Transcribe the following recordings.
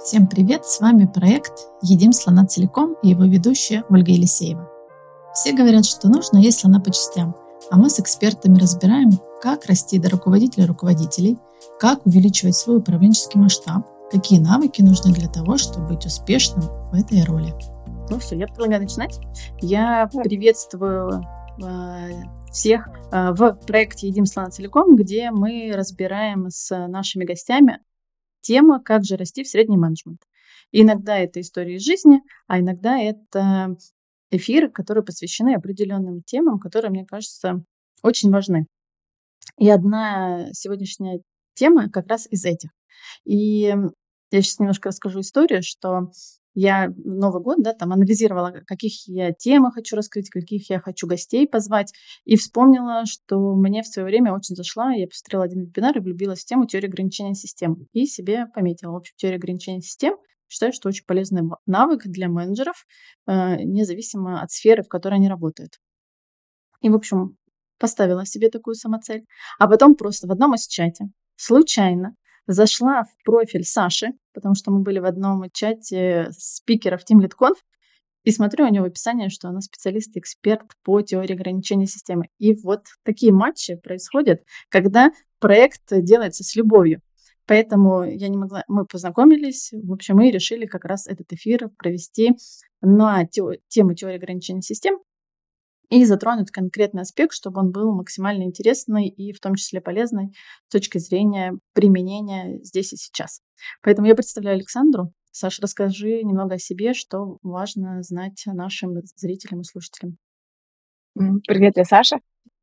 Всем привет! С вами проект «Едим слона целиком» и его ведущая Ольга Елисеева. Все говорят, что нужно есть слона по частям, а мы с экспертами разбираем, как расти до руководителя руководителей, как увеличивать свой управленческий масштаб, какие навыки нужны для того, чтобы быть успешным в этой роли. Ну все, я предлагаю начинать. Я приветствую всех в проекте «Едим слона целиком», где мы разбираем с нашими гостями тему «Как же расти в средний менеджмент». И иногда это истории из жизни, а иногда это эфиры, которые посвящены определенным темам, которые, мне кажется, очень важны. И одна сегодняшняя тема как раз из этих. И я сейчас немножко расскажу историю, что я в Новый год, там анализировала, каких я темы хочу раскрыть, каких я хочу гостей позвать, и вспомнила, что мне в свое время очень зашла, я посмотрела один вебинар и влюбилась в тему теории ограничения систем. И себе пометила. В общем, теория ограничения систем, считаю, что очень полезный навык для менеджеров, независимо от сферы, в которой они работают. И, в общем, поставила себе такую самоцель. А потом просто в одном из чате случайно зашла в профиль Саши, потому что мы были в одном чате спикеров TeamLead.Conf, и смотрю у него описание, что она специалист, эксперт по теории ограничения системы. И вот такие матчи происходят, когда проект делается с любовью. Поэтому я не могла, мы познакомились, в общем, мы решили как раз этот эфир провести на тему теории ограничения систем и затронуть конкретный аспект, чтобы он был максимально интересный и в том числе полезный с точки зрения применения здесь и сейчас. Поэтому я представляю Александру. Саша, расскажи немного о себе, что важно знать нашим зрителям и слушателям. Привет, я Саша.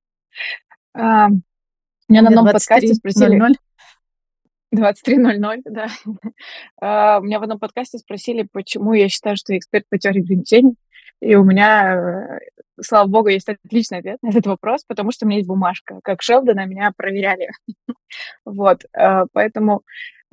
Меня на одном подкасте спросили... 23:00, да. Меня в одном подкасте спросили, почему я считаю, что я эксперт по теории ограничений. И у меня, слава богу, есть отличный ответ на этот вопрос, потому что у меня есть бумажка. Как Шелдона меня проверяли. Вот, поэтому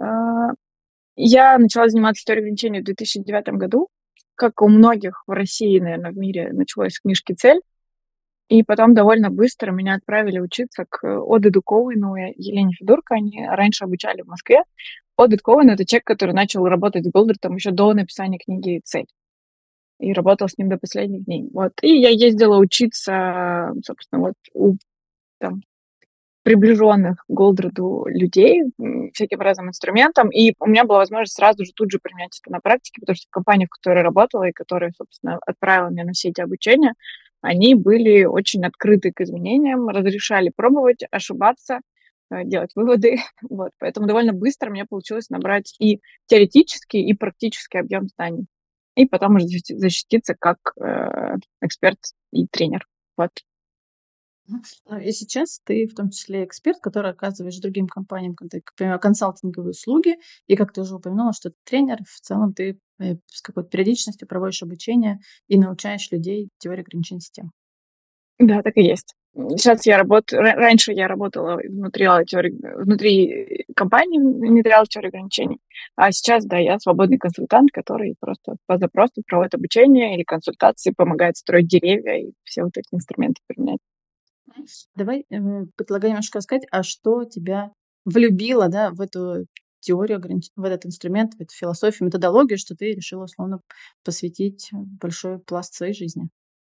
я начала заниматься теорией ограничений в 2009 году. Как у многих в России, наверное, в мире, началось с книжки «Цель». И потом довольно быстро меня отправили учиться к Оде Дуковину и Елене Федорко. Они раньше обучали в Москве. Оде Дуковин — это человек, который начал работать с Голдратом еще до написания книги «Цель». И работал с ним до последних дней. Вот. И я ездила учиться, собственно, вот у приближенных к Голдрату людей, всяким разным инструментам. И у меня была возможность сразу же тут же применять это на практике, потому что в компаниях, в которой я работала и которые, собственно, отправила меня на все эти обучения, они были очень открыты к изменениям, разрешали пробовать, ошибаться, делать выводы. Вот. Поэтому довольно быстро мне получилось набрать и теоретический, и практический объем знаний. И потом уже защититься как эксперт и тренер. Вот. И сейчас ты в том числе эксперт, который оказываешь другим компаниям, консалтинговые услуги. И как ты уже упомянула, что ты тренер, в целом ты с какой-то периодичностью проводишь обучение и научаешь людей теории ограничений систем. Да, так и есть. Сейчас я работаю... Раньше я работала внутри компании, внедряла теорию ограничений. А сейчас, да, я свободный консультант, который просто по запросу проводит обучение или консультации, помогает строить деревья и все вот эти инструменты применять. Давай предлагаю немножко рассказать, а что тебя влюбило, в эту теорию, в этот инструмент, в эту философию, методологию, что ты решила условно посвятить большой пласт своей жизни?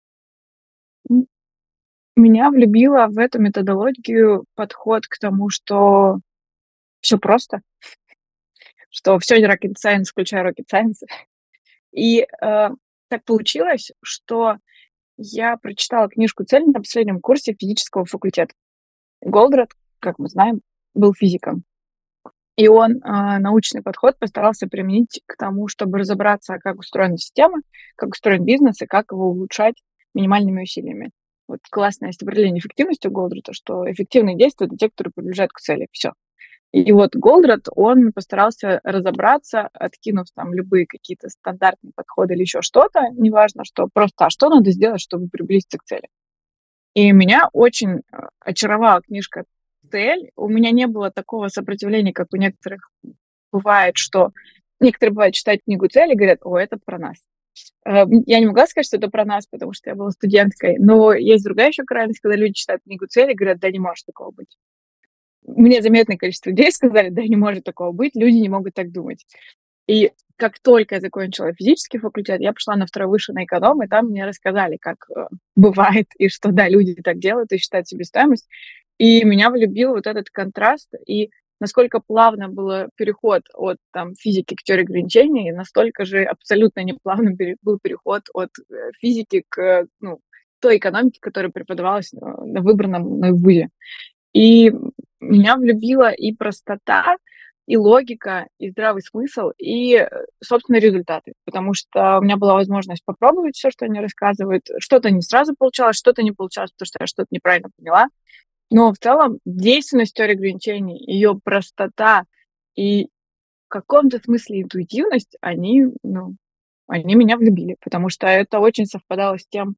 Меня влюбило в эту методологию подход к тому, что все просто, что все rocket science, включая rocket science. И так получилось, что я прочитала книжку «Цель» на последнем курсе физического факультета. Голдрат, как мы знаем, был физиком. И он научный подход постарался применить к тому, чтобы разобраться, как устроена система, как устроен бизнес и как его улучшать минимальными усилиями. Вот классное есть определение эффективности у Голдрата, что эффективные действия — это те, которые приближают к цели. Все. И вот Голдрат, он постарался разобраться, откинув там любые какие-то стандартные подходы или еще что-то, неважно что, просто что надо сделать, чтобы приблизиться к цели. И меня очень очаровала книжка «Цель». У меня не было такого сопротивления, как у некоторых бывает, что некоторые бывают читают книгу «Цель» и говорят: «О, это про нас». Я не могла сказать, что это про нас, потому что я была студенткой, но есть другая еще крайность, когда люди читают книгу «Цель» и говорят: да, не может такого быть. Мне заметное количество людей сказали: да, не может такого быть, люди не могут так думать. И как только я закончила физический факультет, я пошла на второй высший на эконом, и там мне рассказали, как бывает, и что, да, люди так делают и считают себестоимость. И меня влюбил вот этот контраст, и насколько плавно был переход от там, физики к теории ограничений, настолько же абсолютно неплавным был переход от физики к той экономике, которая преподавалась на выбранном мной вузе. И меня влюбила и простота, и логика, и здравый смысл, и, собственно, результаты. Потому что у меня была возможность попробовать все, что они рассказывают. Что-то не сразу получалось, что-то не получалось, потому что я что-то неправильно поняла. Но в целом действенность теории ограничений, ее простота и в каком-то смысле интуитивность, они меня влюбили, потому что это очень совпадало с тем,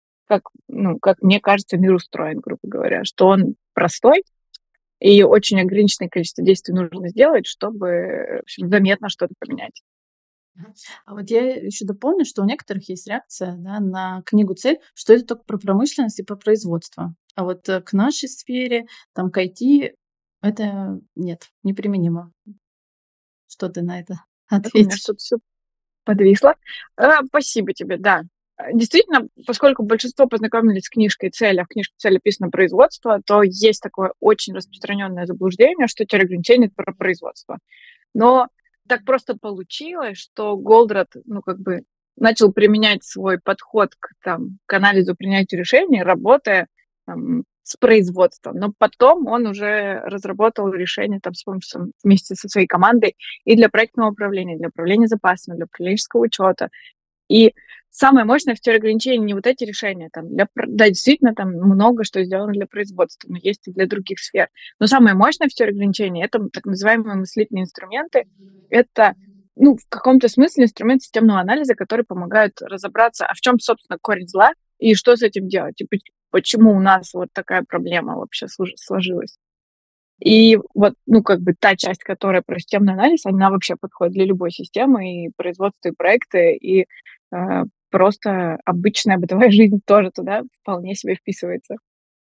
как мне кажется, мир устроен, грубо говоря, что он простой, и очень ограниченное количество действий нужно сделать, чтобы в общем, заметно что-то поменять. А вот я еще дополню, что у некоторых есть реакция, да, на книгу «Цель», что это только про промышленность и про производство. А вот к нашей сфере, там, к IT, это нет, неприменимо. Что ты на это Так, у меня ответишь? что-то все подвисло. Спасибо тебе, да. Действительно, поскольку большинство познакомились с книжкой «Цель», а в книжке «Цель» описано производство, то есть такое очень распространенное заблуждение, что теория ограничений — это про производство. Но так просто получилось, что Голдрат, начал применять свой подход к анализу, принятию решений, работая с производством. Но потом он уже разработал решение вместе со своей командой и для проектного управления, для управления запасами, для управленческого учета. И самое мощное в теории ограничений не вот эти решения. Да, действительно, там много что сделано для производства, но есть и для других сфер. Но самое мощное в теории ограничений — это так называемые мыслительные инструменты. Это, в каком-то смысле инструмент системного анализа, который помогает разобраться, а в чем, собственно, корень зла и что с этим делать, и почему у нас вот такая проблема вообще сложилась. И вот, та часть, которая про системный анализ, она вообще подходит для любой системы, и производства, и проекты, и просто обычная бытовая жизнь тоже туда вполне себе вписывается.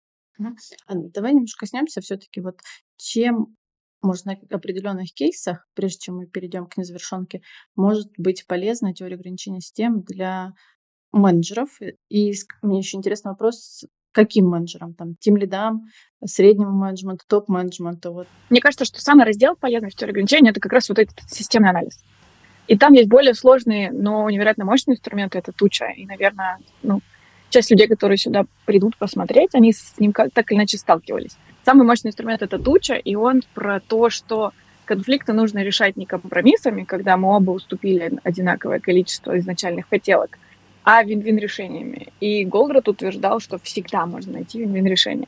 Давай немножко коснемся все-таки вот чем можно на определенных кейсах, прежде чем мы перейдем к незавершенке, может быть полезна теория ограничения систем для менеджеров. И мне еще интересный вопрос, каким менеджерам? Там, тимлидам, среднему менеджменту, топ-менеджменту? Вот. Мне кажется, что самый раздел полезный в теории ограничений — это как раз вот этот системный анализ. И там есть более сложные, но невероятно мощные инструменты. Это туча. И, наверное, часть людей, которые сюда придут посмотреть, они с ним так или иначе сталкивались. Самый мощный инструмент — это туча, и он про то, что конфликты нужно решать не компромиссами, когда мы оба уступили одинаковое количество изначальных хотелок, а вин-вин решениями. И Голдрат утверждал, что всегда можно найти вин-вин решение.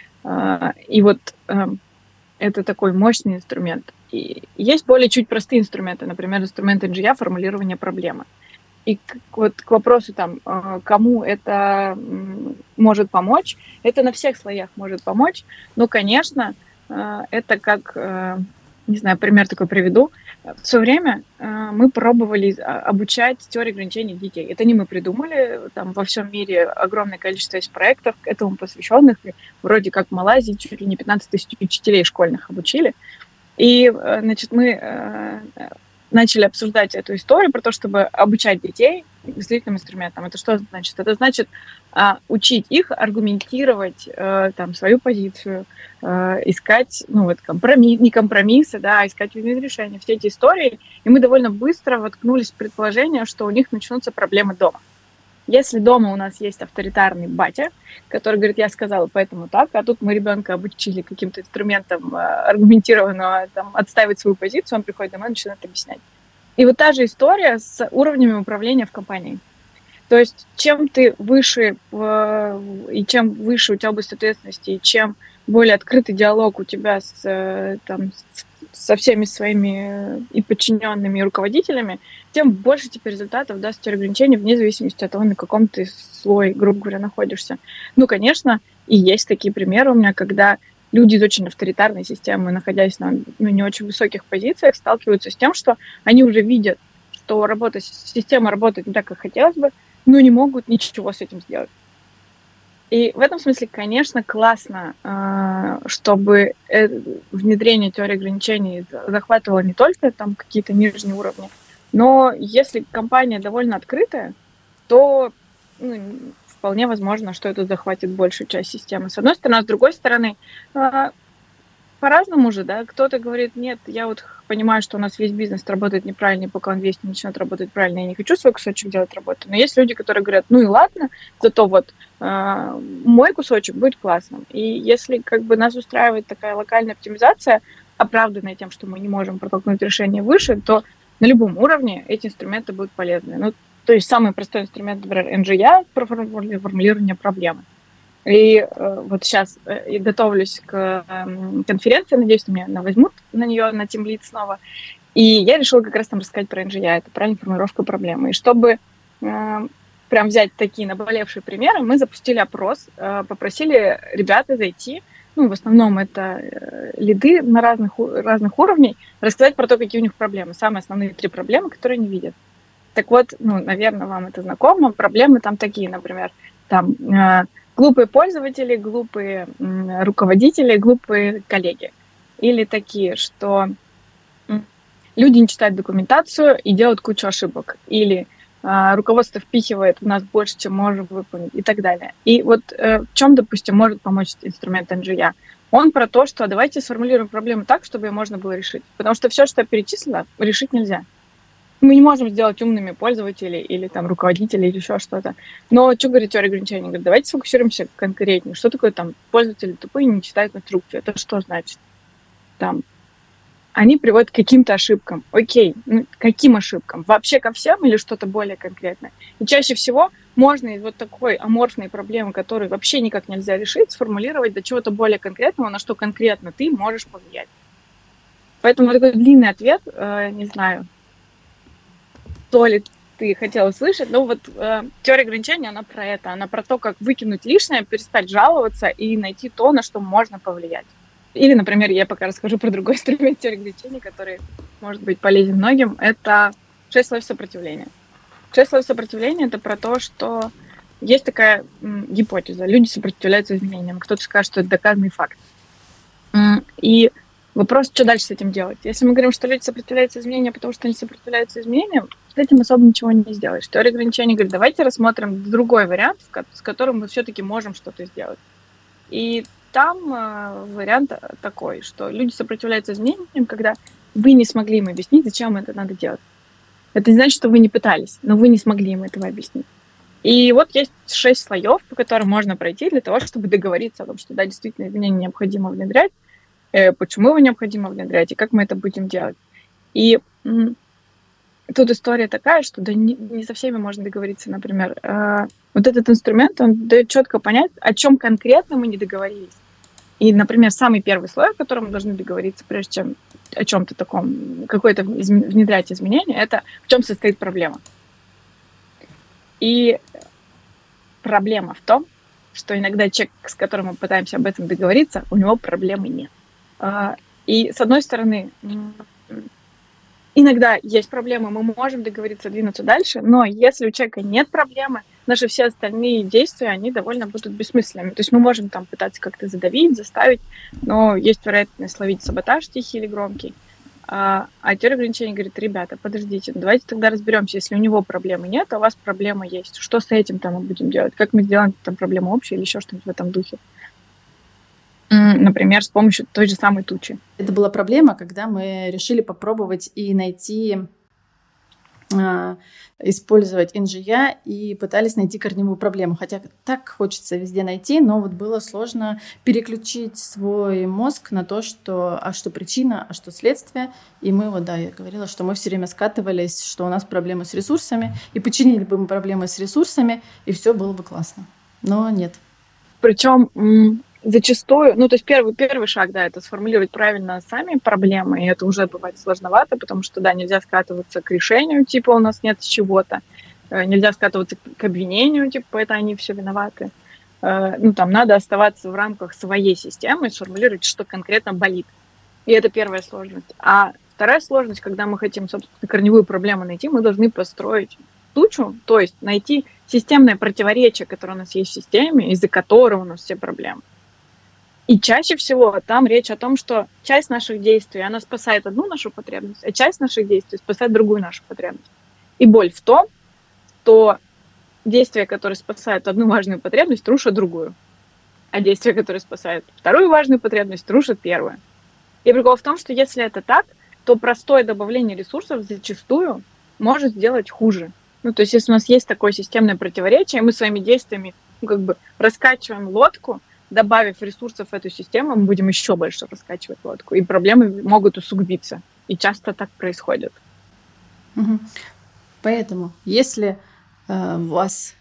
И вот это такой мощный инструмент. И есть более чуть простые инструменты, например, инструмент NGA — формулирование проблемы. И вот к вопросу, кому это может помочь, это на всех слоях может помочь. Но, конечно, это как, не знаю, пример такой приведу. В свое время мы пробовали обучать теории ограничений детей. Это не мы придумали. Там во всем мире огромное количество есть проектов этому посвященных. Вроде как в Малайзии чуть ли не 15 тысяч учителей школьных обучили. И, мы начали обсуждать эту историю про то, чтобы обучать детей мыслительным инструментам. Это что значит? Это значит учить их аргументировать свою позицию, искать, не компромиссы, да, искать решения, все эти истории. И мы довольно быстро воткнулись в предположение, что у них начнутся проблемы дома. Если дома у нас есть авторитарный батя, который говорит: я сказала, поэтому так, а тут мы ребенка обучили каким-то инструментом аргументированно отстаивать свою позицию, он приходит домой и начинает объяснять. И вот та же история с уровнями управления в компании. То есть чем ты выше, и чем выше у тебя область ответственности, и чем более открытый диалог у тебя со всеми своими и подчиненными, и руководителями, тем больше тебе результатов даст теория ограничений, вне зависимости от того, на каком ты слое, грубо говоря, находишься. Конечно, и есть такие примеры у меня, когда люди из очень авторитарной системы, находясь на не очень высоких позициях, сталкиваются с тем, что они уже видят, что система работает не так, как хотелось бы, но не могут ничего с этим сделать. И в этом смысле, конечно, классно, чтобы внедрение теории ограничений захватывало не только какие-то нижние уровни, Но если компания довольно открытая, то вполне возможно, что это захватит большую часть системы. С одной стороны, а с другой стороны, по-разному же, да, кто-то говорит, нет, я вот понимаю, что у нас весь бизнес работает неправильно, и пока он весь не начнет работать правильно, я не хочу свой кусочек делать работу. Но есть люди, которые говорят, ну и ладно, зато вот мой кусочек будет классным. И если как бы нас устраивает такая локальная оптимизация, оправданная тем, что мы не можем протолкнуть решение выше, то на любом уровне эти инструменты будут полезны. Ну, то есть самый простой инструмент, например, NGA, про формулирование проблемы. И вот сейчас я готовлюсь к конференции, надеюсь, меня возьмут на нее, на Team Lead снова. И я решила как раз там рассказать про NGA, это правильная формулировка проблемы. И чтобы прям взять такие наболевшие примеры, мы запустили опрос, попросили ребят зайти, ну, в основном это лиды на разных уровней, рассказать про то, какие у них проблемы. Самые основные 3 проблемы, которые они видят. Так вот, ну, наверное, вам это знакомо. Проблемы там такие, например, там глупые пользователи, глупые руководители, глупые коллеги. Или такие, что люди не читают документацию и делают кучу ошибок. Или руководство впихивает в нас больше, чем можем выполнить и так далее. И вот в чем, допустим, может помочь инструмент NGA? Он про то, что давайте сформулируем проблему так, чтобы ее можно было решить. Потому что все, что я перечислила, решить нельзя. Мы не можем сделать умными пользователей или там руководителей или еще что-то. Но что говорит теория ограничений? Говорит, давайте сфокусируемся конкретнее. Что такое там пользователи тупые не читают инструкцию? Это что значит? Там они приводят к каким-то ошибкам. Окей, ну, каким ошибкам? Вообще ко всем или что-то более конкретное? И чаще всего можно из вот такой аморфной проблемы, которую вообще никак нельзя решить, сформулировать до чего-то более конкретного, на что конкретно ты можешь повлиять. Поэтому такой длинный ответ, не знаю, то ли ты хотела услышать, но вот теория ограничений, она про это, она про то, как выкинуть лишнее, перестать жаловаться и найти то, на что можно повлиять. Или, например, я пока расскажу про другой инструмент теории ограничений, который может быть полезен многим, это 6 слоев сопротивления. 6 слоев сопротивления — это про то, что есть такая гипотеза, люди сопротивляются изменениям, кто-то скажет, что это доказанный факт. И вопрос, что дальше с этим делать? Если мы говорим, что люди сопротивляются изменениям, потому что они сопротивляются изменениям, с этим особо ничего не сделаешь. Теория ограничений говорит, давайте рассмотрим другой вариант, с которым мы все-таки можем что-то сделать. И там вариант такой, что люди сопротивляются изменениям, когда вы не смогли им объяснить, зачем это надо делать. Это не значит, что вы не пытались, но вы не смогли им этого объяснить. И вот есть 6 слоев, по которым можно пройти для того, чтобы договориться о том, что да, действительно изменения необходимо внедрять, почему его необходимо внедрять и как мы это будем делать. И тут история такая, что да, не со всеми можно договориться, например. Вот этот инструмент, он дает четко понять, о чем конкретно мы не договорились. И, например, самый первый слой, о котором мы должны договориться, прежде чем о чем-то таком, какое-то внедрять изменение, это в чем состоит проблема. И проблема в том, что иногда человек, с которым мы пытаемся об этом договориться, у него проблемы нет. И, с одной стороны, иногда есть проблемы, мы можем договориться двинуться дальше, но если у человека нет проблемы, наши все остальные действия, они довольно будут бессмысленными. То есть мы можем там пытаться как-то задавить, заставить, но есть вероятность словить саботаж тихий или громкий. А теория ограничений говорит, ребята, подождите, давайте тогда разберемся, если у него проблемы нет, а у вас проблема есть. Что с этим-то мы будем делать? Как мы сделаем там проблему общую или еще что-нибудь в этом духе? Например, с помощью той же самой тучи. Это была проблема, когда мы решили попробовать и найти, использовать NGA и пытались найти корневую проблему. Хотя так хочется везде найти, но вот было сложно переключить свой мозг на то, что причина, а что следствие. И мы, вот да, я говорила, что мы все время скатывались, что у нас проблемы с ресурсами, и починили бы мы проблемы с ресурсами, и все было бы классно. Но нет. Причем зачастую, то есть первый шаг, да, это сформулировать правильно сами проблемы, и это уже бывает сложновато, потому что, да, нельзя скатываться к решению, типа у нас нет чего-то, нельзя скатываться к обвинению, типа это они все виноваты. Там надо оставаться в рамках своей системы и сформулировать, что конкретно болит. И это первая сложность. А вторая сложность, когда мы хотим, собственно, корневую проблему найти, мы должны построить тучу, то есть найти системное противоречие, которое у нас есть в системе, из-за которого у нас все проблемы. И чаще всего там речь о том, что часть наших действий, она спасает одну нашу потребность, а часть наших действий спасает другую нашу потребность. И боль в том, что действия, которые спасают одну важную потребность, рушат другую. А действия, которые спасают вторую важную потребность, рушат первую. И прикол в том, что если это так, то простое добавление ресурсов зачастую может сделать хуже. Ну, то есть если у нас есть такое системное противоречие, мы своими действиями раскачиваем лодку, добавив ресурсов в эту систему, мы будем еще больше раскачивать лодку, и проблемы могут усугубиться. И часто так происходит. Угу. Поэтому, если у вас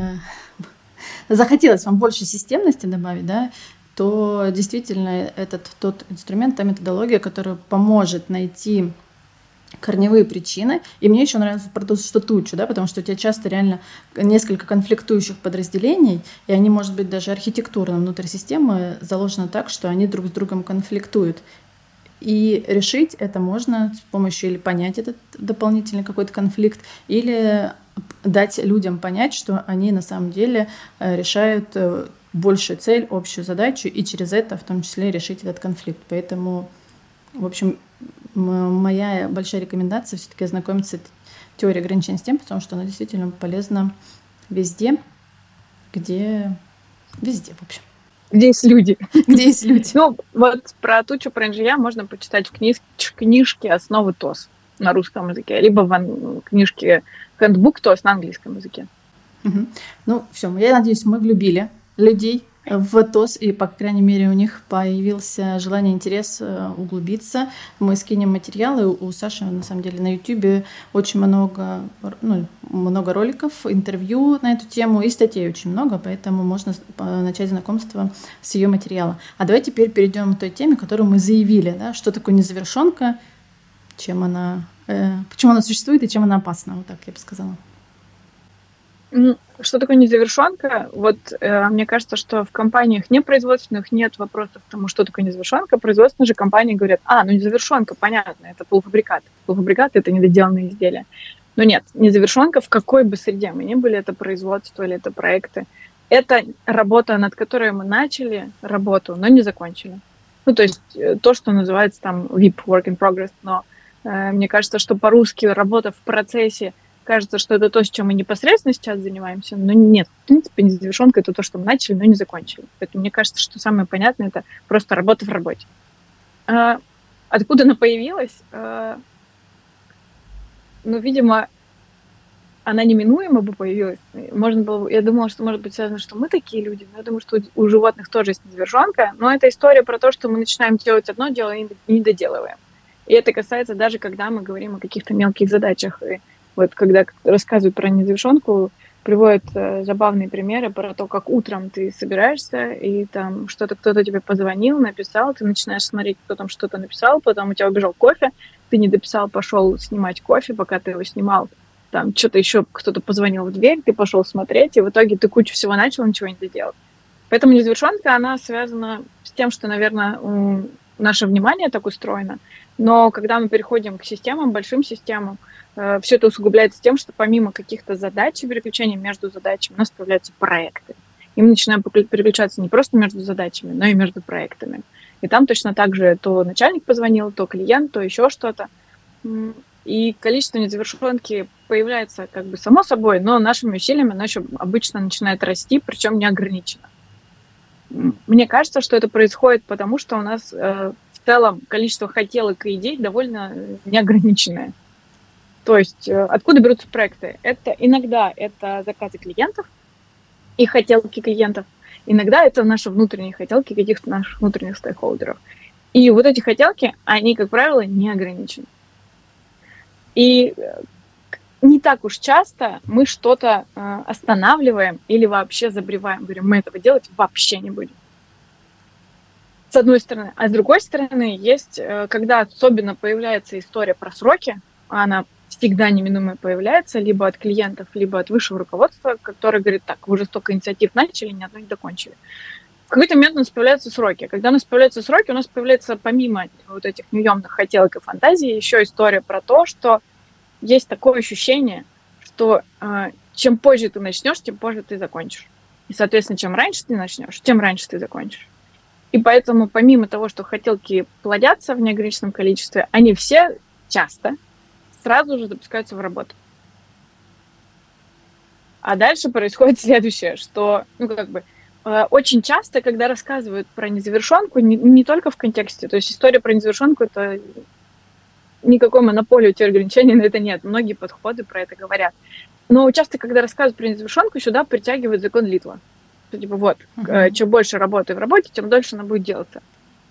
захотелось вам больше системности добавить, да, то действительно этот тот инструмент, та методология, которая поможет найти корневые причины. И мне еще нравится про то, что тучу, да, потому что у тебя часто реально несколько конфликтующих подразделений, и они, может быть, даже архитектурно внутри системы заложены так, что они друг с другом конфликтуют. И решить это можно с помощью или понять этот дополнительный какой-то конфликт, или дать людям понять, что они на самом деле решают большую цель, общую задачу, и через это в том числе решить этот конфликт. Поэтому, в общем, моя большая рекомендация все-таки ознакомиться с теорией ограничения систем, потому что она действительно полезна везде, везде, в общем. Где есть люди. Где есть люди. Ну, вот про тучу, про НЖЯ можно почитать в книжке «Основы ТОС» на русском языке, либо в книжке «Handbook ТОС» на английском языке. Угу. Ну, все, я надеюсь, мы влюбили людей в ТОС, и, по крайней мере, у них появился желание, интерес углубиться. Мы скинем материалы. У Саши, на самом деле, на YouTube очень много роликов, интервью на эту тему, и статей очень много, поэтому можно начать знакомство с ее материала. А давай теперь перейдем к той теме, которую мы заявили, да? Что такое незавершенка, почему она существует и чем она опасна, вот так я бы сказала. Что такое незавершенка? Вот мне кажется, что в компаниях непроизводственных нет вопросов к тому, что такое незавершенка. Производственные же компании говорят, незавершенка, понятно, это полуфабрикат. Полуфабрикат — это недоделанные изделия. Но нет, незавершенка в какой бы среде мы ни были, это производство или это проекты, это работа, над которой мы начали работу, но не закончили. Ну, то есть то, что называется там WIP, Work in Progress, но мне кажется, что по-русски работа в процессе, кажется, что это то, с чем мы непосредственно сейчас занимаемся, но нет. В принципе, незавершенка — это то, что мы начали, но не закончили. Поэтому мне кажется, что самое понятное — это просто работа в работе. Откуда она появилась? Видимо, она неминуемо бы появилась. Я думала, что может быть связано, что мы такие люди, но я думаю, что у животных тоже есть незавершенка. Но это история про то, что мы начинаем делать одно дело и не доделываем. И это касается даже, когда мы говорим о каких-то мелких задачах. И вот когда рассказывают про незавершенку, приводят забавные примеры про то, как утром ты собираешься, и там кто-то тебе позвонил, написал, ты начинаешь смотреть, кто там что-то написал, потом у тебя убежал кофе, ты не дописал, пошел снимать кофе, пока ты его снимал, там что-то еще, кто-то позвонил в дверь, ты пошел смотреть, и в итоге ты кучу всего начал, ничего не доделал. Поэтому незавершенка, она связана с тем, что, наверное, наше внимание так устроено, но когда мы переходим к системам, большим системам, все это усугубляется тем, что помимо каких-то задач и переключений между задачами у нас появляются проекты. И мы начинаем переключаться не просто между задачами, но и между проектами. И там точно так же то начальник позвонил, то клиент, то еще что-то. И количество незавершенки появляется как бы само собой, но нашими усилиями оно еще обычно начинает расти, причем неограниченно. Мне кажется, что это происходит потому, что у нас в целом количество хотелок и идей довольно неограниченное. То есть откуда берутся проекты? Иногда это заказы клиентов и хотелки клиентов. Иногда это наши внутренние хотелки каких-то наших внутренних стейкхолдеров. И вот эти хотелки, они, как правило, не ограничены. И не так уж часто мы что-то останавливаем или вообще забреваем. Говорим, мы этого делать вообще не будем. С одной стороны. А с другой стороны, есть, когда особенно появляется история про сроки, она всегда неминуемо появляется либо от клиентов, либо от высшего руководства, которое говорит, так, вы уже столько инициатив начали, ни одной не докончили. В какой-то момент у нас появляются сроки. Когда у нас появляются сроки, у нас появляется помимо вот этих неуемных хотелок и фантазий еще история про то, что есть такое ощущение, что чем позже ты начнешь, тем позже ты закончишь. И, соответственно, чем раньше ты начнешь, тем раньше ты закончишь. И поэтому, помимо того, что хотелки плодятся в неограниченном количестве, они все часто сразу же запускаются в работу. А дальше происходит следующее, что, очень часто, когда рассказывают про незавершенку, не только в контексте, то есть история про незавершенку — это никакой монополии у тебя ограничений на это нет. Многие подходы про это говорят. Но часто, когда рассказывают про незавершенку, сюда притягивают закон Литла. Типа чем больше работы в работе, тем дольше она будет делаться.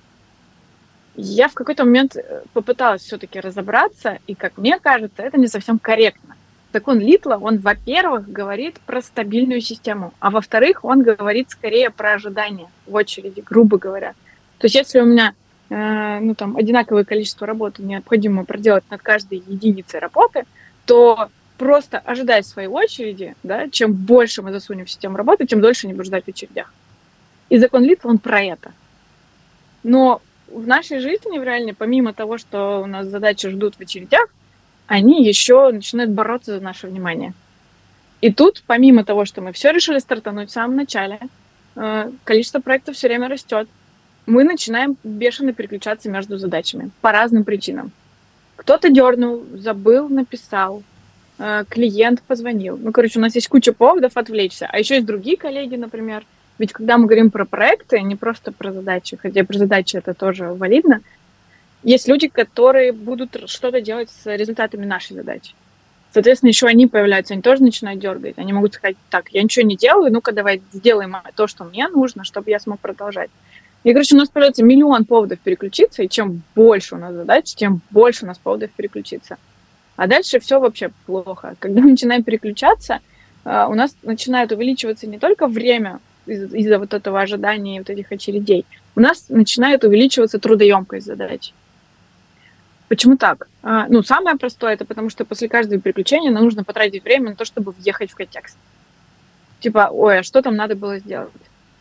Я в какой-то момент попыталась все-таки разобраться, и, как мне кажется, это не совсем корректно. Закон Литла, он, во-первых, говорит про стабильную систему, а во-вторых, он говорит скорее про ожидания в очереди, грубо говоря. То есть если у меня одинаковое количество работы необходимо проделать над каждой единицей работы, то просто ожидай своей очереди, да, чем больше мы засунем в систему работы, тем дольше не будешь ждать в очередях. И закон Литла, он про это. Но в нашей жизни, в реальной, помимо того, что у нас задачи ждут в очередях, они еще начинают бороться за наше внимание. И тут, помимо того, что мы все решили стартануть в самом начале, количество проектов все время растет, мы начинаем бешено переключаться между задачами по разным причинам. Кто-то дернул, забыл, написал, клиент позвонил. У нас есть куча поводов отвлечься. А еще есть другие коллеги, например. Ведь когда мы говорим про проекты, не просто про задачи, хотя про задачи это тоже валидно, есть люди, которые будут что-то делать с результатами нашей задачи. Соответственно, еще они появляются, они тоже начинают дергать. Они могут сказать: так, я ничего не делаю, ну-ка давай сделаем то, что мне нужно, чтобы я смог продолжать. И, у нас появляется миллион поводов переключиться, и чем больше у нас задач, тем больше у нас поводов переключиться. А дальше все вообще плохо. Когда мы начинаем переключаться, у нас начинает увеличиваться не только время из-за вот этого ожидания и вот этих очередей, у нас начинает увеличиваться трудоемкость задач. Почему так? Самое простое — это потому, что после каждого переключения нам нужно потратить время на то, чтобы въехать в контекст. Типа, а что там надо было сделать?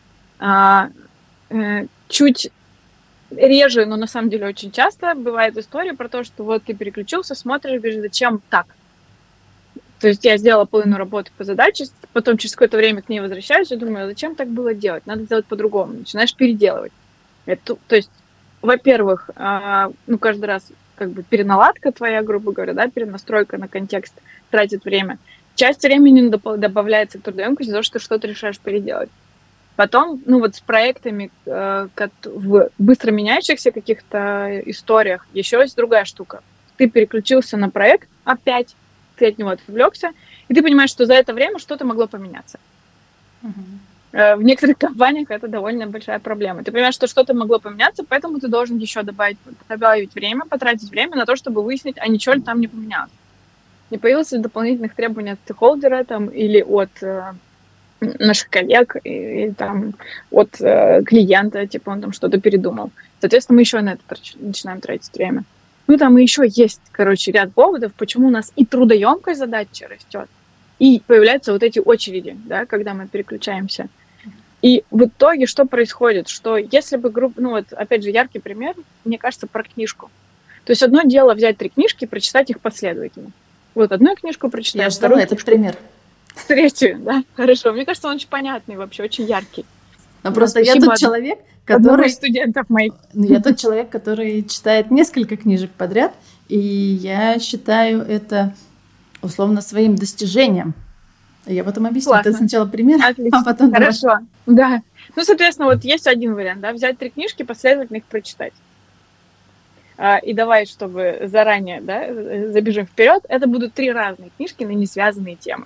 Чуть реже, но на самом деле очень часто бывает история про то, что вот ты переключился, смотришь, говоришь: зачем так? То есть я сделала половину работы по задаче, потом через какое-то время к ней возвращаюсь и думаю: зачем так было делать? Надо сделать по-другому. Начинаешь переделывать. То есть, во-первых, каждый раз переналадка твоя, грубо говоря, да, перенастройка на контекст тратит время. Часть времени добавляется к трудоемкости, за что ты что-то решаешь переделать. Потом, с проектами в быстро меняющихся каких-то историях еще есть другая штука. Ты переключился на проект опять, ты от него отвлекся, и ты понимаешь, что за это время что-то могло поменяться. В некоторых компаниях это довольно большая проблема. Ты понимаешь, что что-то могло поменяться, поэтому ты должен еще добавить время, потратить время на то, чтобы выяснить, а ничего ли там не поменялось. Не появилось ли дополнительных требований от стейкхолдера или от наших коллег, или от клиента, он там что-то передумал. Соответственно, мы еще на это начинаем тратить время. И еще есть, ряд поводов, почему у нас и трудоемкость задачи растет, и появляются вот эти очереди, да, когда мы переключаемся. И в итоге что происходит? Что если бы опять же, яркий пример, мне кажется, про книжку. То есть одно дело взять 3 книжки и прочитать их последовательно. Одну книжку прочитать. Я ждала этот пример. Третью, да, хорошо. Мне кажется, он очень понятный вообще, очень яркий. Но просто я тот человек, который... студентов моих. Я тот человек, который читает несколько книжек подряд, и я считаю это условно своим достижением. Я потом объясню. Классно. Это сначала пример, Отлично. а потом... Хорошо, да. Соответственно, есть один вариант, да, взять 3 книжки, последовательно их прочитать. И давай, чтобы заранее, да, забежим вперед, это будут 3 разные книжки на несвязанные темы.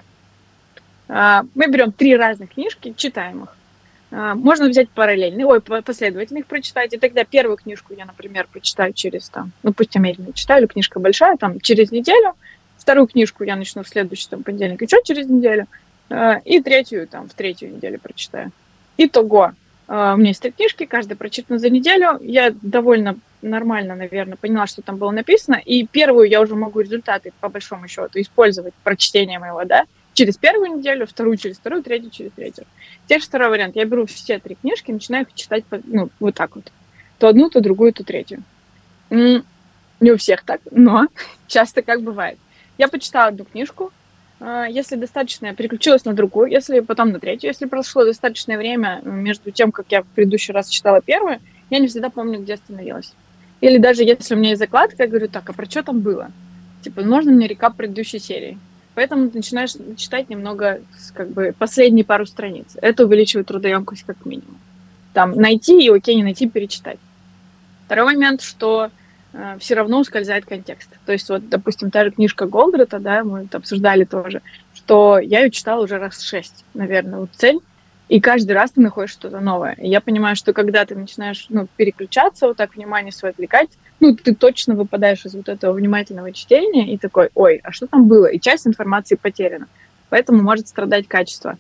Мы берем 3 разных книжки, читаем их. Можно взять параллельно, последовательно их прочитать, и тогда первую книжку я, например, прочитаю через, пусть я медленно читаю, или книжка большая, через неделю, вторую книжку я начну в следующий понедельник, еще через неделю, и третью, в третью неделю прочитаю. Итого, у меня есть 3 книжки, каждая прочитана за неделю, я довольно нормально, наверное, поняла, что там было написано, и первую я уже могу результаты, по большому счету, использовать прочтение моего, да, через первую неделю, вторую через вторую, третью через третью. Теперь второй вариант. Я беру все 3 книжки и начинаю их читать вот так вот. То одну, то другую, то третью. Не у всех так, но часто как бывает. Я почитала одну книжку, Если достаточно, я переключилась на другую, если потом на третью. Если прошло достаточное время между тем, как я в предыдущий раз читала первую, я не всегда помню, где остановилась. Или даже если у меня есть закладка, я говорю, так, а про что там было? Типа, можно мне рекап предыдущей серии? Поэтому ты начинаешь читать немного, как бы, последние пару страниц. Это увеличивает трудоемкость как минимум. Там найти и окей, не найти, перечитать. Второй момент, что все равно ускользает контекст. То есть вот, допустим, та же книжка Голдрата, да, мы это обсуждали тоже, что я ее читала уже раз 6, наверное, вот цель, и каждый раз ты находишь что-то новое. И я понимаю, что когда ты начинаешь, переключаться, вот так внимание свое отвлекать, ты точно выпадаешь из вот этого внимательного чтения и такой, ой, а что там было? И часть информации потеряна. Поэтому может страдать качество.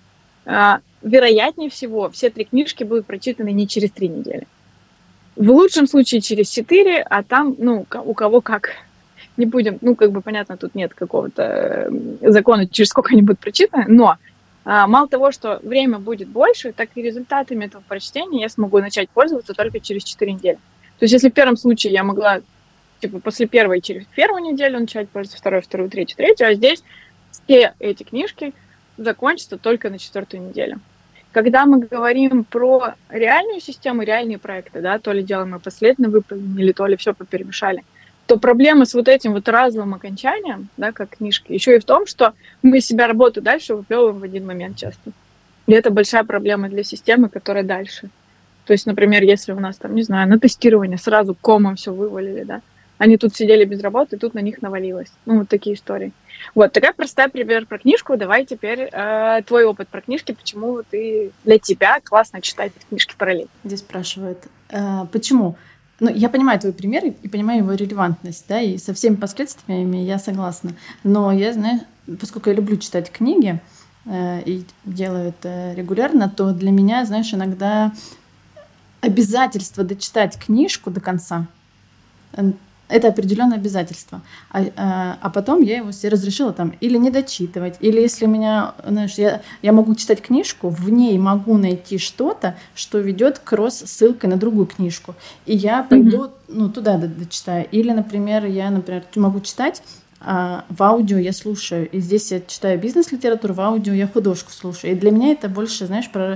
Вероятнее всего, все 3 книжки будут прочитаны не через 3 недели. В лучшем случае через 4, а там, у кого как. Не будем, понятно, тут нет какого-то закона, через сколько они будут прочитаны, но мало того, что время будет больше, так и результатами этого прочтения я смогу начать пользоваться только через 4 недели. То есть если в первом случае я могла, после первой через первую неделю начать пользоваться, вторую, третью, а здесь все эти книжки закончатся только на 4-ю неделю. Когда мы говорим про реальную систему, реальные проекты, да, то ли дело мы последовательно выполнили, то ли все поперемешали, то проблема с вот этим вот разовым окончанием, да, как книжки, еще и в том, что мы из себя работу дальше выплевываем в один момент часто. И это большая проблема для системы, которая дальше. То есть, например, если у нас там, не знаю, на тестирование сразу комом все вывалили, да, они тут сидели без работы, тут на них навалилось. Вот такие истории. Вот, такая простая пример про книжку. Давай теперь твой опыт про книжки. Почему для тебя классно читать книжки параллельно? Здесь спрашивают, почему? Я понимаю твой пример и понимаю его релевантность, да, и со всеми последствиями я согласна. Но я, поскольку я люблю читать книги и делаю это регулярно, то для меня, иногда обязательство дочитать книжку до конца — это определенное обязательство. А потом я его себе разрешила там или не дочитывать, или если у меня, я могу читать книжку, в ней могу найти что-то, что ведет кросс-ссылкой на другую книжку. И я пойду туда дочитаю. Или, например, я могу читать, а в аудио я слушаю. И здесь я читаю бизнес-литературу, в аудио я художку слушаю. И для меня это больше,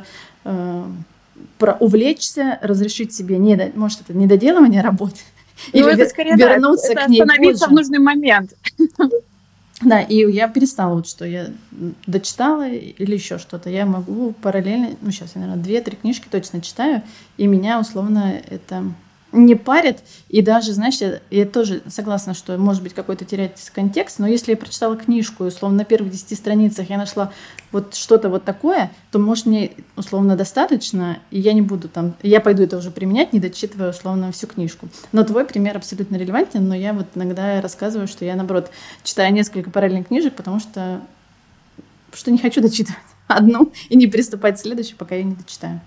про увлечься, разрешить себе, может, это недоделывание работы, или это скорее вернуться к ней остановиться позже. В нужный момент. Да, и я перестала, что я дочитала или еще что-то. Я могу параллельно, сейчас я, наверное, 2-3 книжки точно читаю, и меня условно это не парит. И даже, я тоже согласна, что может быть какой-то теряется контекст, но если я прочитала книжку, и условно на первых 10 страницах я нашла вот что-то вот такое, то, может, мне условно достаточно, и я не буду я пойду это уже применять, не дочитывая условно всю книжку. Но твой пример абсолютно релевантен, но я вот иногда рассказываю, что я, наоборот, читаю несколько параллельных книжек, потому что не хочу дочитывать одну и не приступать к следующей, пока я не дочитаю.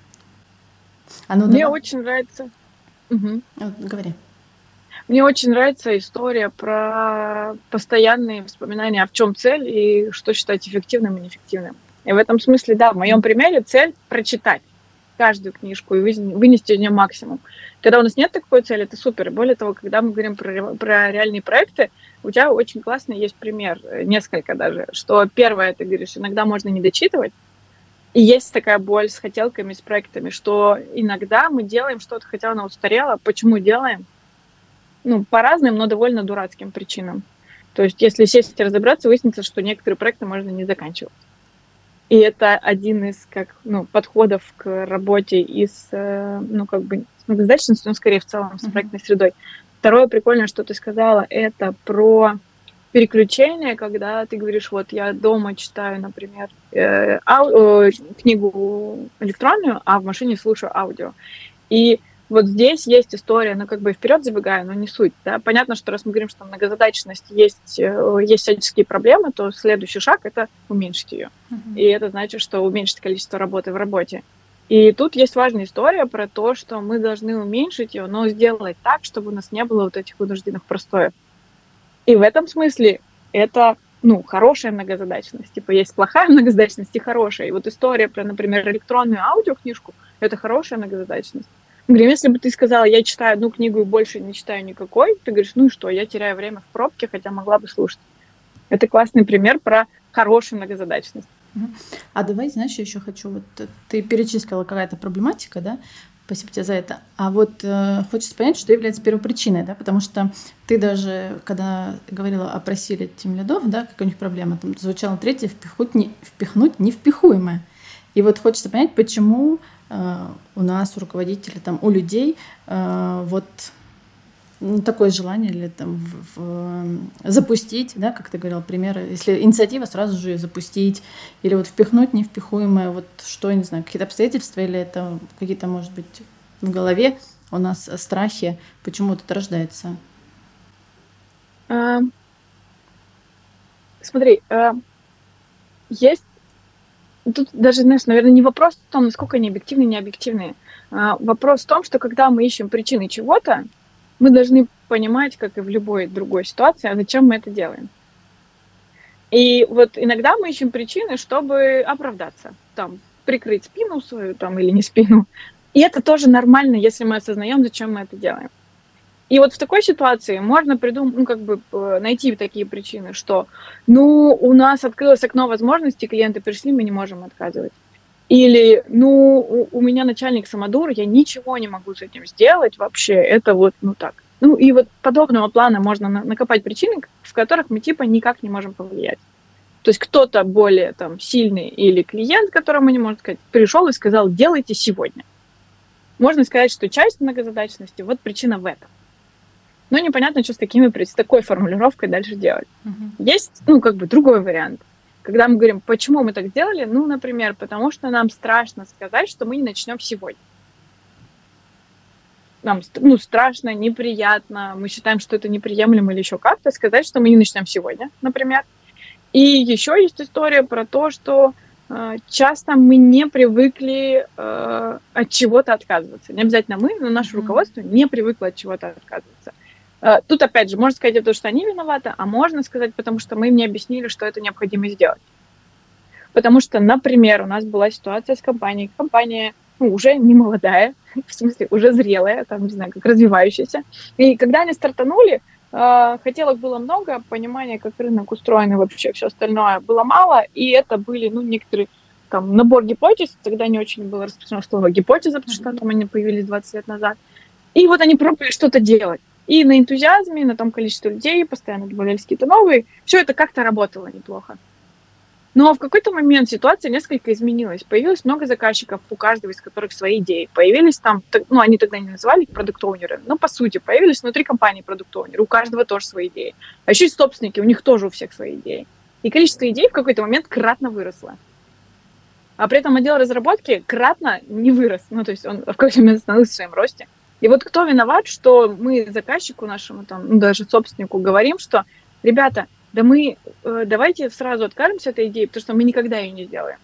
Мне очень нравится... Говори. Мне очень нравится история про постоянные воспоминания, а в чем цель и что считать эффективным и неэффективным. И в этом смысле, да, в моем примере цель прочитать каждую книжку и вынести из нее максимум. Когда у нас нет такой цели, это супер. И более того, когда мы говорим про реальные проекты, у тебя очень классный есть пример, несколько даже, что первое, ты говоришь, иногда можно не дочитывать. И есть такая боль с хотелками, с проектами, что иногда мы делаем что-то, хотя оно устарело. Почему делаем? По разным, но довольно дурацким причинам. То есть, если сесть и разобраться, выяснится, что некоторые проекты можно не заканчивать. И это один из подходов к работе и с многозадачностью, но скорее в целом с проектной средой. Второе прикольное, что ты сказала, это про переключение, когда ты говоришь, вот я дома читаю, например, книгу электронную, а в машине слушаю аудио. И вот здесь есть история, вперед забегаю, но не суть. Да? Понятно, что раз мы говорим, что многозадачность есть всяческие проблемы, то следующий шаг — это уменьшить ее. И это значит, что уменьшить количество работы в работе. И тут есть важная история про то, что мы должны уменьшить ее, но сделать так, чтобы у нас не было вот этих вынужденных простоев. И в этом смысле это, хорошая многозадачность. Есть плохая многозадачность и хорошая. И вот история про, например, электронную аудиокнижку — это хорошая многозадачность. Мы говорим, если бы ты сказала, я читаю одну книгу и больше не читаю никакой, ты говоришь, и что, я теряю время в пробке, хотя могла бы слушать. Это классный пример про хорошую многозадачность. А давай, знаешь, я еще хочу, вот ты перечислила какая-то проблематика, да, спасибо тебе за это, а вот хочется понять, что является первопричиной, да, потому что ты даже, когда говорила о просиле тимлидов, да, какая у них проблема, там звучало третье, впихнуть невпихуемое. И вот хочется понять, почему у нас, у руководителей, там, у людей вот такое желание или там запустить, да, как ты говорил, примеры, если инициатива, сразу же ее запустить, или вот впихнуть невпихуемое, вот что, я не знаю, какие-то обстоятельства, или это какие-то, может быть, в голове у нас страхи, почему это рождается? Смотри, есть тут даже, знаешь, наверное, не вопрос в том, насколько они объективны, не объективны. Вопрос в том, что когда мы ищем причины чего-то, мы должны понимать, как и в любой другой ситуации, а зачем мы это делаем. И вот иногда мы ищем причины, чтобы оправдаться, там, прикрыть спину свою там, или не спину. И это тоже нормально, если мы осознаем, зачем мы это делаем. И вот в такой ситуации можно придумать, найти такие причины, что, у нас открылось окно возможностей, клиенты пришли, мы не можем отказывать. Или, у меня начальник самодур, я ничего не могу с этим сделать вообще, это вот, так. И вот подобного плана можно накопать причины, в которых мы типа никак не можем повлиять. То есть кто-то более там сильный или клиент, которому не можно сказать, пришел и сказал, делайте сегодня. Можно сказать, что часть многозадачности, вот причина в этом. Но непонятно, что с такой формулировкой дальше делать. Есть, другой вариант. Когда мы говорим, почему мы так сделали, например, потому что нам страшно сказать, что мы не начнем сегодня. Нам, страшно, неприятно, мы считаем, что это неприемлемо или еще как-то, сказать, что мы не начнем сегодня, например. И еще есть история про то, что часто мы не привыкли от чего-то отказываться. Не обязательно мы, но наше руководство не привыкло от чего-то отказываться. Тут, опять же, можно сказать, это, что они виноваты, а можно сказать, потому что мы им не объяснили, что это необходимо сделать. Потому что, например, у нас была ситуация с компанией. Компания уже не молодая, в смысле уже зрелая, там, не знаю, как развивающаяся. И когда они стартанули, хотелок было много, понимания, как рынок устроен и вообще все остальное было мало, и это были, некоторые там набор гипотез, тогда не очень было распространено слово гипотеза, потому что там они появились 20 лет назад. И вот они пробовали что-то делать. И на энтузиазме, на том количестве людей, постоянно добавлялись какие-то новые, все это как-то работало неплохо. Но в какой-то момент ситуация несколько изменилась. Появилось много заказчиков, у каждого из которых свои идеи. Появились там, они тогда не называли их продукт-оунеры, но по сути появились внутри компании продукт-оунеры, у каждого тоже свои идеи. А еще и собственники, у них тоже у всех свои идеи. И количество идей в какой-то момент кратно выросло. А при этом отдел разработки кратно не вырос. То есть он в какой-то момент остановился в своем росте. И вот кто виноват, что мы заказчику нашему, даже собственнику говорим, что, ребята, да мы давайте сразу откажемся от этой идеи, потому что мы никогда ее не сделаем.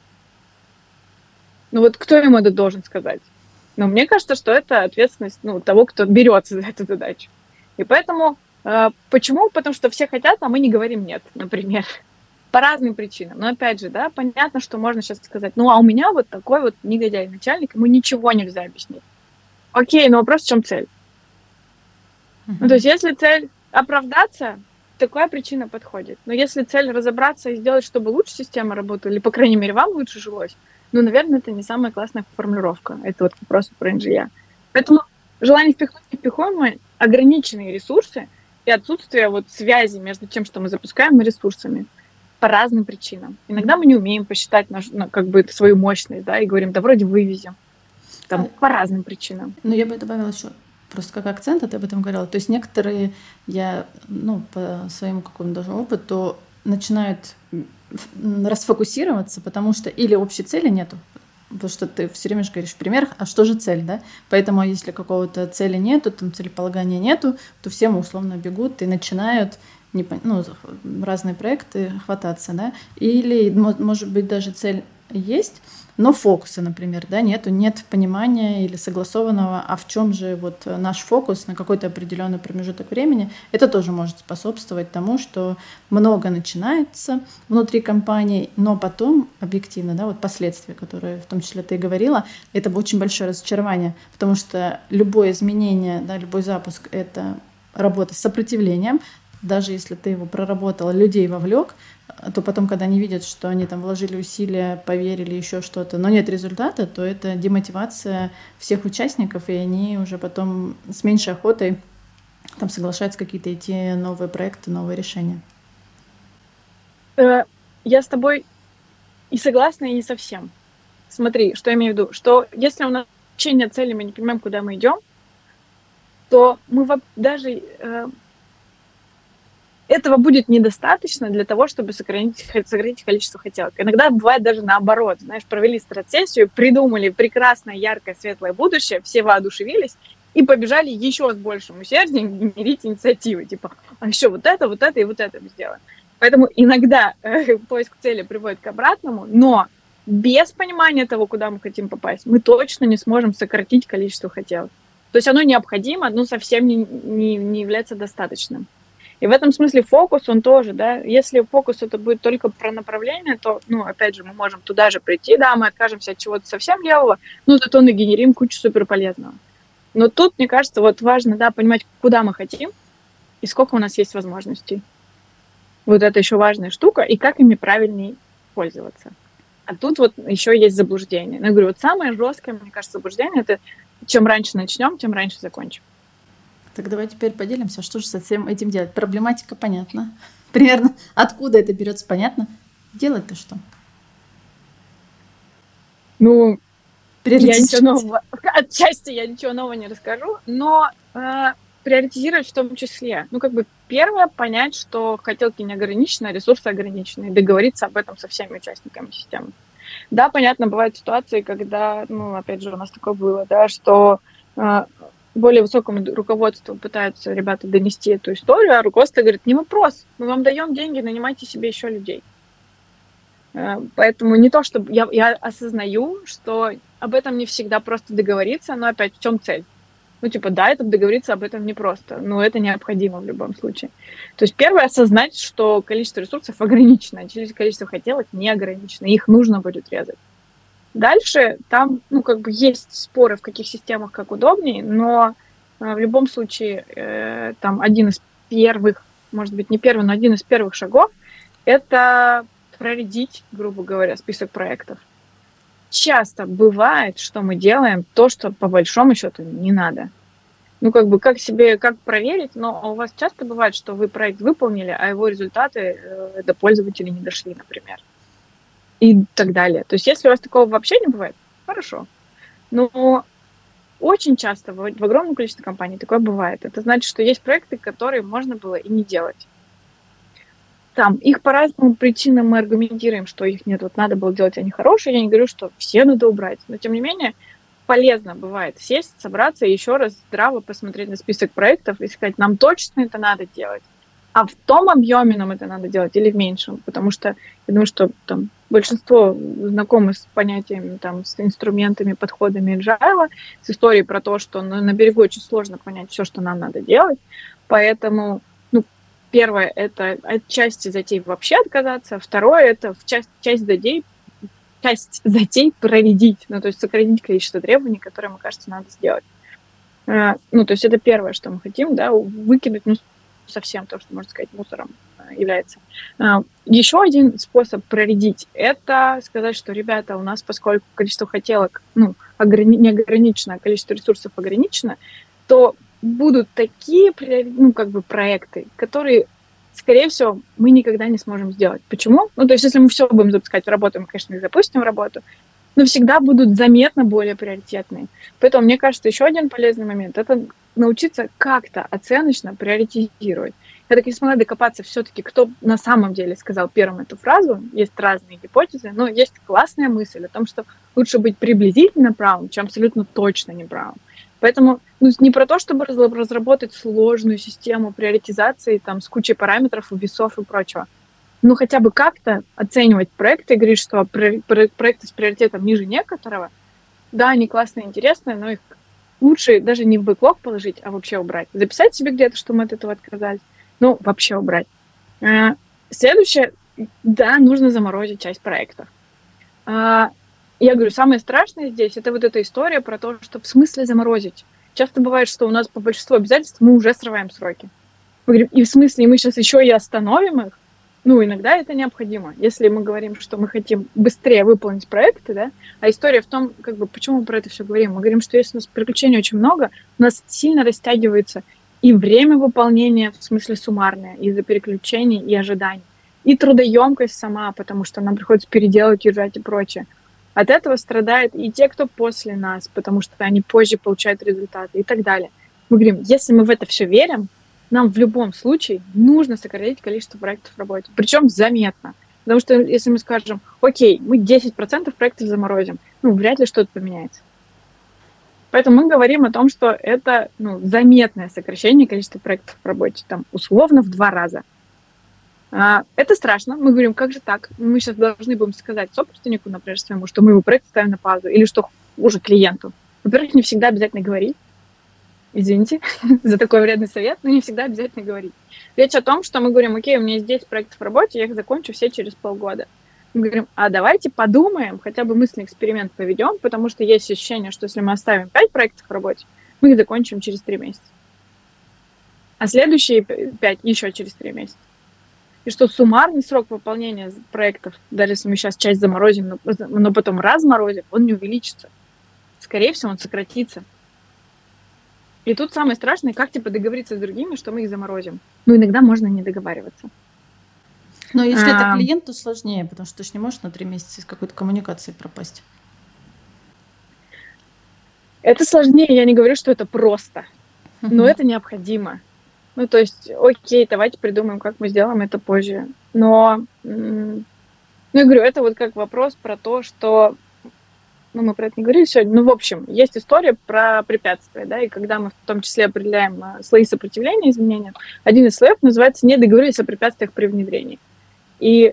Кто ему это должен сказать? Мне кажется, что это ответственность того, кто берется за эту задачу. И поэтому, почему? Потому что все хотят, а мы не говорим нет, например. По разным причинам. Но опять же, да, понятно, что можно сейчас сказать, а у меня вот такой вот негодяй начальник, ему ничего нельзя объяснить. Окей, но вопрос, в чем цель? То есть, если цель оправдаться, такая причина подходит. Но если цель разобраться и сделать, чтобы лучше система работала, или, по крайней мере, вам лучше жилось, наверное, это не самая классная формулировка. Это вот вопрос про инженера. Поэтому желание впихнуть невпихуемое, ограниченные ресурсы и отсутствие связи между тем, что мы запускаем, и ресурсами по разным причинам. Иногда мы не умеем посчитать свою мощность, да, и говорим, да вроде вывезем. По разным причинам. Я бы добавила еще просто как акцент, ты об этом говорила. То есть некоторые, я по своему какому-то даже опыту, начинают расфокусироваться, потому что или общей цели нету, потому что ты все время же говоришь в примерах, а что же цель, да? Поэтому если какого-то цели нету, целеполагания нету, то все условно бегут и начинают разные проекты хвататься, да? Или, может быть, даже цель есть, но фокуса, например, да, нет понимания или согласованного, а в чем же наш фокус на какой-то определенный промежуток времени, это тоже может способствовать тому, что много начинается внутри компании, но потом объективно, да, последствия, которые в том числе ты говорила, это очень большое разочарование, потому что любое изменение, да, любой запуск — это работа с сопротивлением, даже если ты его проработал, людей вовлек, то потом, когда они видят, что они там вложили усилия, поверили, еще что-то, но нет результата, то это демотивация всех участников, и они уже потом с меньшей охотой там соглашаются какие-то идти новые проекты, новые решения. Я с тобой и согласна, и не совсем. Смотри, что я имею в виду, что если у нас вообще нет цели, мы не понимаем, куда мы идем, то мы даже этого будет недостаточно для того, чтобы сократить количество хотелок. Иногда бывает даже наоборот. Знаешь, провели стратсессию, придумали прекрасное, яркое, светлое будущее, все воодушевились и побежали еще с большим усердием генерить инициативы. Типа, а еще вот это и вот это мы сделаем. Поэтому иногда поиск цели приводит к обратному, но без понимания того, куда мы хотим попасть, мы точно не сможем сократить количество хотелок. То есть оно необходимо, но совсем не является достаточным. И в этом смысле фокус, он тоже, да, если фокус это будет только про направление, то, опять же, мы можем туда же прийти, да, мы откажемся от чего-то совсем левого, зато нагенерим кучу суперполезного. Но тут, мне кажется, вот важно, да, понимать, куда мы хотим и сколько у нас есть возможностей. Вот это еще важная штука, и как ими правильнее пользоваться. А тут вот еще есть заблуждение. Я говорю, вот самое жесткое, мне кажется, заблуждение, это чем раньше начнем, тем раньше закончим. Так давай теперь поделимся, что же со всем этим делать. Проблематика понятна. Примерно откуда это берется, понятно. Делать-то что? Я ничего нового, отчасти я ничего нового не расскажу, но приоритизировать в том числе. Первое, понять, что хотелки не ограничены, а ресурсы ограничены, и договориться об этом со всеми участниками системы. Да, понятно, бывают ситуации, когда, опять же, у нас такое было, да, что более высокому руководству пытаются ребята донести эту историю, а руководство говорит, не вопрос, мы вам даем деньги, нанимайте себе еще людей. Поэтому не то, чтобы я осознаю, что об этом не всегда просто договориться, но опять в чем цель? Да, это договориться об этом непросто, но это необходимо в любом случае. То есть первое, осознать, что количество ресурсов ограничено, а количество хотелок не ограничено, их нужно будет резать. Дальше там, есть споры, в каких системах как удобнее, но в любом случае там один из первых, может быть, не первый, но один из первых шагов – это проредить, грубо говоря, список проектов. Часто бывает, что мы делаем то, что по большому счету не надо. Как проверить, но у вас часто бывает, что вы проект выполнили, а его результаты до пользователей не дошли, например. И так далее. То есть если у вас такого вообще не бывает, хорошо. Но очень часто в огромном количестве компаний такое бывает. Это значит, что есть проекты, которые можно было и не делать. Там их по разным причинам мы аргументируем, что их нет, вот надо было делать, они хорошие. Я не говорю, что все надо убрать. Но тем не менее, полезно бывает сесть, собраться и еще раз здраво посмотреть на список проектов и сказать, нам точно это надо делать. А в том объеме нам это надо делать или в меньшем? Потому что я думаю, что там большинство знакомы с понятиями, там, с инструментами, подходами agile, с историей про то, что на берегу очень сложно понять все, что нам надо делать. Поэтому, первое, это отчасти затей вообще отказаться. Второе, это часть затей проредить. То есть сократить количество требований, которые, мне кажется, надо сделать. То есть это первое, что мы хотим, да, выкинуть, совсем то, что, можно сказать, мусором является. Еще один способ проредить – это сказать, что, ребята, у нас, поскольку количество хотелок не ограничено, а количество ресурсов ограничено, то будут такие проекты, которые, скорее всего, мы никогда не сможем сделать. Почему? То есть если мы все будем запускать в работу, мы, конечно, их запустим в работу, но всегда будут заметно более приоритетные. Поэтому, мне кажется, еще один полезный момент – это научиться как-то оценочно приоритизировать. Я так и не смогла докопаться все-таки, кто на самом деле сказал первым эту фразу. Есть разные гипотезы, но есть классная мысль о том, что лучше быть приблизительно правым, чем абсолютно точно неправым. Поэтому не про то, чтобы разработать сложную систему приоритизации там, с кучей параметров, весов и прочего. Хотя бы как-то оценивать проекты и говорить, что проекты с приоритетом ниже некоторого, да, они классные, интересные, но их лучше даже не в бэклог положить, а вообще убрать. Записать себе где-то, что мы от этого отказались, вообще убрать. Следующее, да, нужно заморозить часть проектов. Я говорю, самое страшное здесь, это вот эта история про то, что в смысле заморозить. Часто бывает, что у нас по большинству обязательств мы уже срываем сроки. Мы говорим, и в смысле, мы сейчас еще и остановим их? Ну, иногда это необходимо. Если мы говорим, что мы хотим быстрее выполнить проекты, да, а история в том, как бы, почему мы про это все говорим. Мы говорим, что если у нас приключений очень много, у нас сильно растягивается и время выполнения, в смысле суммарное, из-за переключений и ожиданий, и трудоемкость сама, потому что нам приходится переделать, держать и прочее. От этого страдают и те, кто после нас, потому что они позже получают результаты и так далее. Мы говорим, если мы в это все верим, нам в любом случае нужно сократить количество проектов в работе. Причем заметно. Потому что если мы скажем, окей, мы 10% проектов заморозим, ну, вряд ли что-то поменяется. Поэтому мы говорим о том, что это заметное сокращение количества проектов в работе, там, условно в 2 раза. Это страшно. Мы говорим, как же так? Мы сейчас должны будем сказать собственнику, например, своему, что мы его проект ставим на паузу, или что хуже клиенту. Во-первых, не всегда обязательно говорить. Извините за такой вредный совет, но не всегда обязательно говорить. Речь о том, что мы говорим, окей, у меня есть 10 проектов в работе, я их закончу все через полгода. Мы говорим, а давайте подумаем, хотя бы мысленный эксперимент поведем, потому что есть ощущение, что если мы оставим 5 проектов в работе, мы их закончим через 3 месяца. А следующие 5 еще через 3 месяца. И что суммарный срок выполнения проектов, даже если мы сейчас часть заморозим, но потом разморозим, он не увеличится. Скорее всего, он сократится. И тут самое страшное, как договориться с другими, что мы их заморозим. Ну, иногда можно не договариваться. Но если это клиент, то сложнее, потому что ты же не можешь на 3 месяца из какой-то коммуникации пропасть. Это сложнее, я не говорю, что это просто, но это необходимо. Ну, то есть, окей, давайте придумаем, как мы сделаем это позже. Но, я говорю, это вот как вопрос про то, что... мы про это не говорили сегодня, в общем, есть история про препятствия, да, и когда мы в том числе определяем слои сопротивления изменениям, один из слоев называется «Не договорились о препятствиях при внедрении». И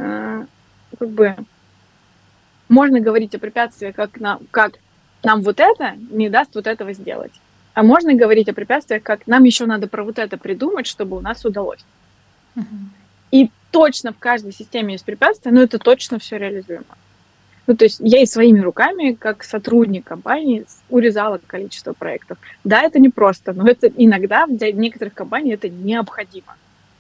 можно говорить о препятствиях, как нам вот это не даст вот этого сделать. А можно говорить о препятствиях, как нам еще надо про вот это придумать, чтобы у нас удалось. И точно в каждой системе есть препятствия, но это точно все реализуемо. Ну, то есть я и своими руками, как сотрудник компании, урезала количество проектов. Да, это непросто, но это иногда в некоторых компаниях это необходимо.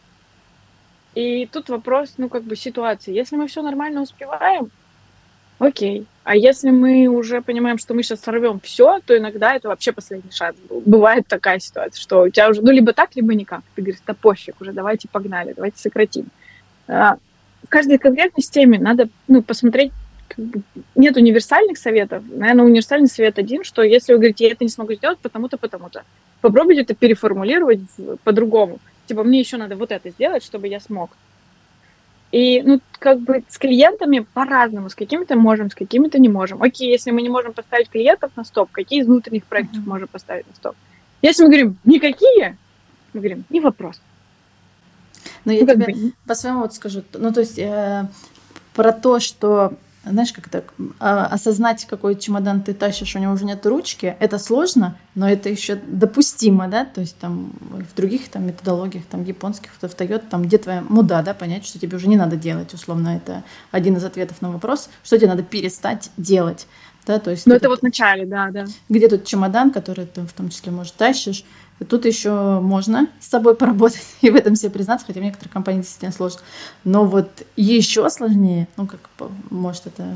И тут вопрос, ситуации. Если мы все нормально успеваем, окей. А если мы уже понимаем, что мы сейчас сорвем все, то иногда это вообще последний шанс. Бывает такая ситуация, что у тебя уже, либо так, либо никак. Ты говоришь, да пофиг, уже давайте погнали, давайте сократим. В каждой конкретной системе надо, посмотреть. Нет универсальных советов. Наверное, универсальный совет один, что если вы говорите, я это не смогу сделать, потому-то, потому-то, попробуйте это переформулировать по-другому. Мне еще надо вот это сделать, чтобы я смог. И, с клиентами по-разному. С какими-то можем, с какими-то не можем. Окей, если мы не можем поставить клиентов на стоп, какие из внутренних проектов можем поставить на стоп? Если мы говорим, никакие, мы говорим, не вопрос. Но я тебе по-своему скажу. То есть про то, что знаешь, как так, осознать, какой чемодан ты тащишь, у него уже нет ручки, это сложно, но это еще допустимо, да, то есть там в других там методологиях, там японских, кто встает, там где твоя муда, да, понять, что тебе уже не надо делать, условно, это один из ответов на вопрос, что тебе надо перестать делать, да, то есть... это вот в начале, да. Где тут чемодан, который ты в том числе, может, тащишь, тут еще можно с собой поработать и в этом себе признаться, хотя в некоторых компаниях действительно сложно. Но вот еще сложнее, может, это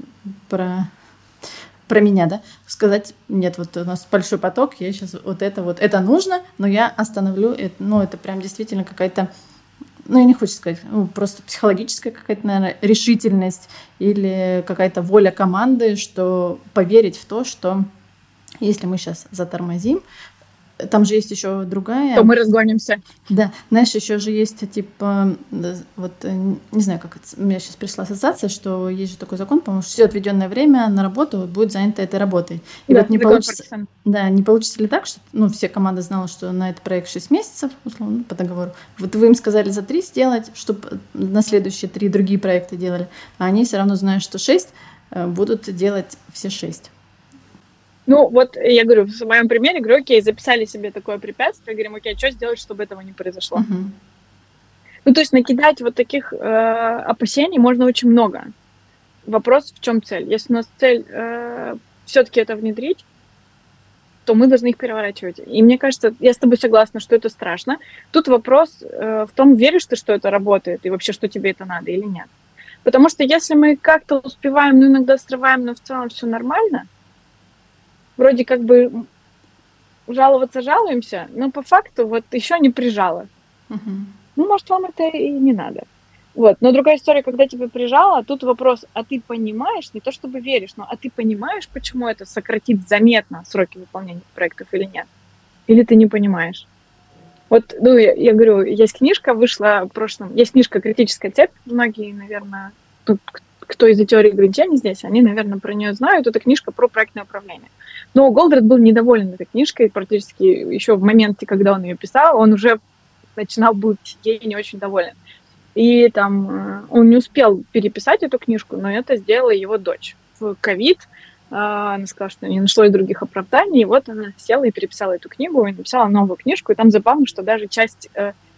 про меня, да, сказать, нет, вот у нас большой поток, я сейчас это нужно, но я остановлю это, это прям действительно какая-то, я не хочу сказать, просто психологическая какая-то, наверное, решительность или какая-то воля команды, что поверить в то, что если мы сейчас затормозим, там же есть еще другая... То мы разгонимся. Да, знаешь, еще же есть, не знаю, как это... У меня сейчас пришла ассоциация, что есть же такой закон, по-моему, что все отведенное время на работу будет занято этой работой. И да, не получится... Да, не получится ли так, что все команды знала, что на этот проект 6 месяцев, условно, по договору. Вот вы им сказали за 3 сделать, чтобы на следующие 3 другие проекты делали, а они все равно знают, что 6 будут делать все 6. Я говорю, в моем примере, говорю, окей, записали себе такое препятствие, говорим, окей, что сделать, чтобы этого не произошло? То есть накидать вот таких опасений можно очень много. Вопрос, в чем цель? Если у нас цель все-таки это внедрить, то мы должны их переворачивать. И мне кажется, я с тобой согласна, что это страшно. Тут вопрос в том, веришь ты, что это работает, и вообще, что тебе это надо или нет. Потому что если мы как-то успеваем, ну, иногда срываем, но в целом все нормально, вроде как бы жаловаться жалуемся, но по факту вот еще не прижало. Ну, может, вам это и не надо. Вот. Но другая история, когда тебя прижало, тут вопрос, а ты понимаешь, не то чтобы веришь, но а ты понимаешь, почему это сократит заметно сроки выполнения проектов или нет? Или ты не понимаешь? Вот, ну, я говорю, есть книжка, вышла в прошлом, есть книжка «Критическая цепь», многие, наверное, кто из теории ограничений здесь, они, наверное, про нее знают, это книжка про проектное управление. Но Голдрат был недоволен этой книжкой, практически еще в моменте, когда он ее писал, он уже начинал быть ей не очень доволен. И там он не успел переписать эту книжку, но это сделала его дочь. В ковид она сказала, что не нашлось других оправданий, и вот она села и переписала эту книгу, и написала новую книжку, и там забавно, что даже часть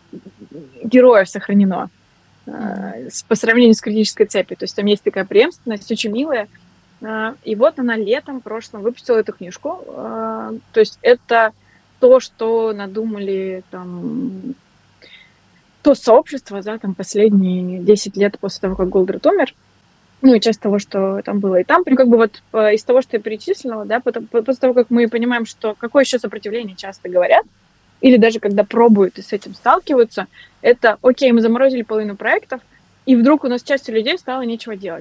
героев сохранена по сравнению с критической цепью. То есть там есть такая преемственность, очень милая. И вот она летом прошлом выпустила эту книжку. То есть это то, что надумали там то сообщество, да, там последние 10 лет после того, как Голдрат умер, ну и часть того, что там было. И там, как бы вот из того, что я перечислила, да, после того, как мы понимаем, что какое еще сопротивление часто говорят, или даже когда пробуют и с этим сталкиваются, это, окей, мы заморозили половину проектов, и вдруг у нас части людей стало нечего делать.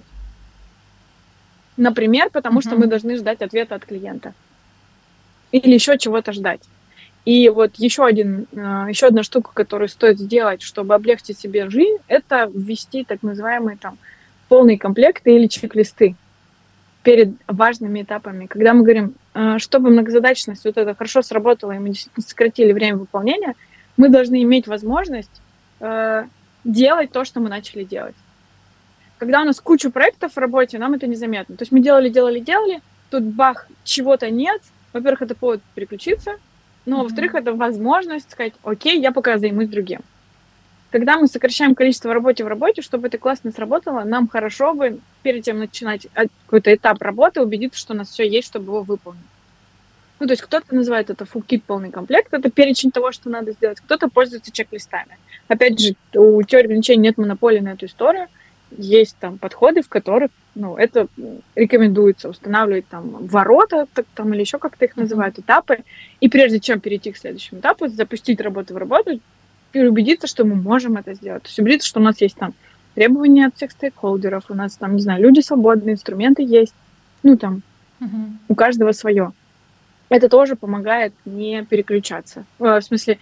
Например, потому что мы должны ждать ответа от клиента. Или еще чего-то ждать. И вот еще одна штука, которую стоит сделать, чтобы облегчить себе жизнь, это ввести так называемые там полные комплекты или чек-листы перед важными этапами. Когда мы говорим, чтобы многозадачность вот это хорошо сработала, и мы действительно сократили время выполнения, мы должны иметь возможность делать то, что мы начали делать. Когда у нас куча проектов в работе, нам это незаметно. То есть мы делали, тут бах, чего-то нет. Во-первых, это повод переключиться, но, во-вторых, это возможность сказать, окей, я пока займусь другим. Когда мы сокращаем количество работы в работе, чтобы это классно сработало, нам хорошо бы перед тем начинать какой-то этап работы убедиться, что у нас все есть, чтобы его выполнить. Ну, то есть кто-то называет это full-kit, полный комплект, это перечень того, что надо сделать, кто-то пользуется чек-листами. Опять же, у теории ограничений нет монополии на эту историю, есть там подходы, в которых, ну, это рекомендуется устанавливать там ворота, там, или еще как-то их называют, этапы, и прежде чем перейти к следующему этапу, запустить работу в работу, и убедиться, что мы можем это сделать. То есть убедиться, что у нас есть там требования от всех стейкхолдеров, у нас там, не знаю, люди свободные, инструменты есть, ну, там, у каждого свое. Это тоже помогает не переключаться. В смысле,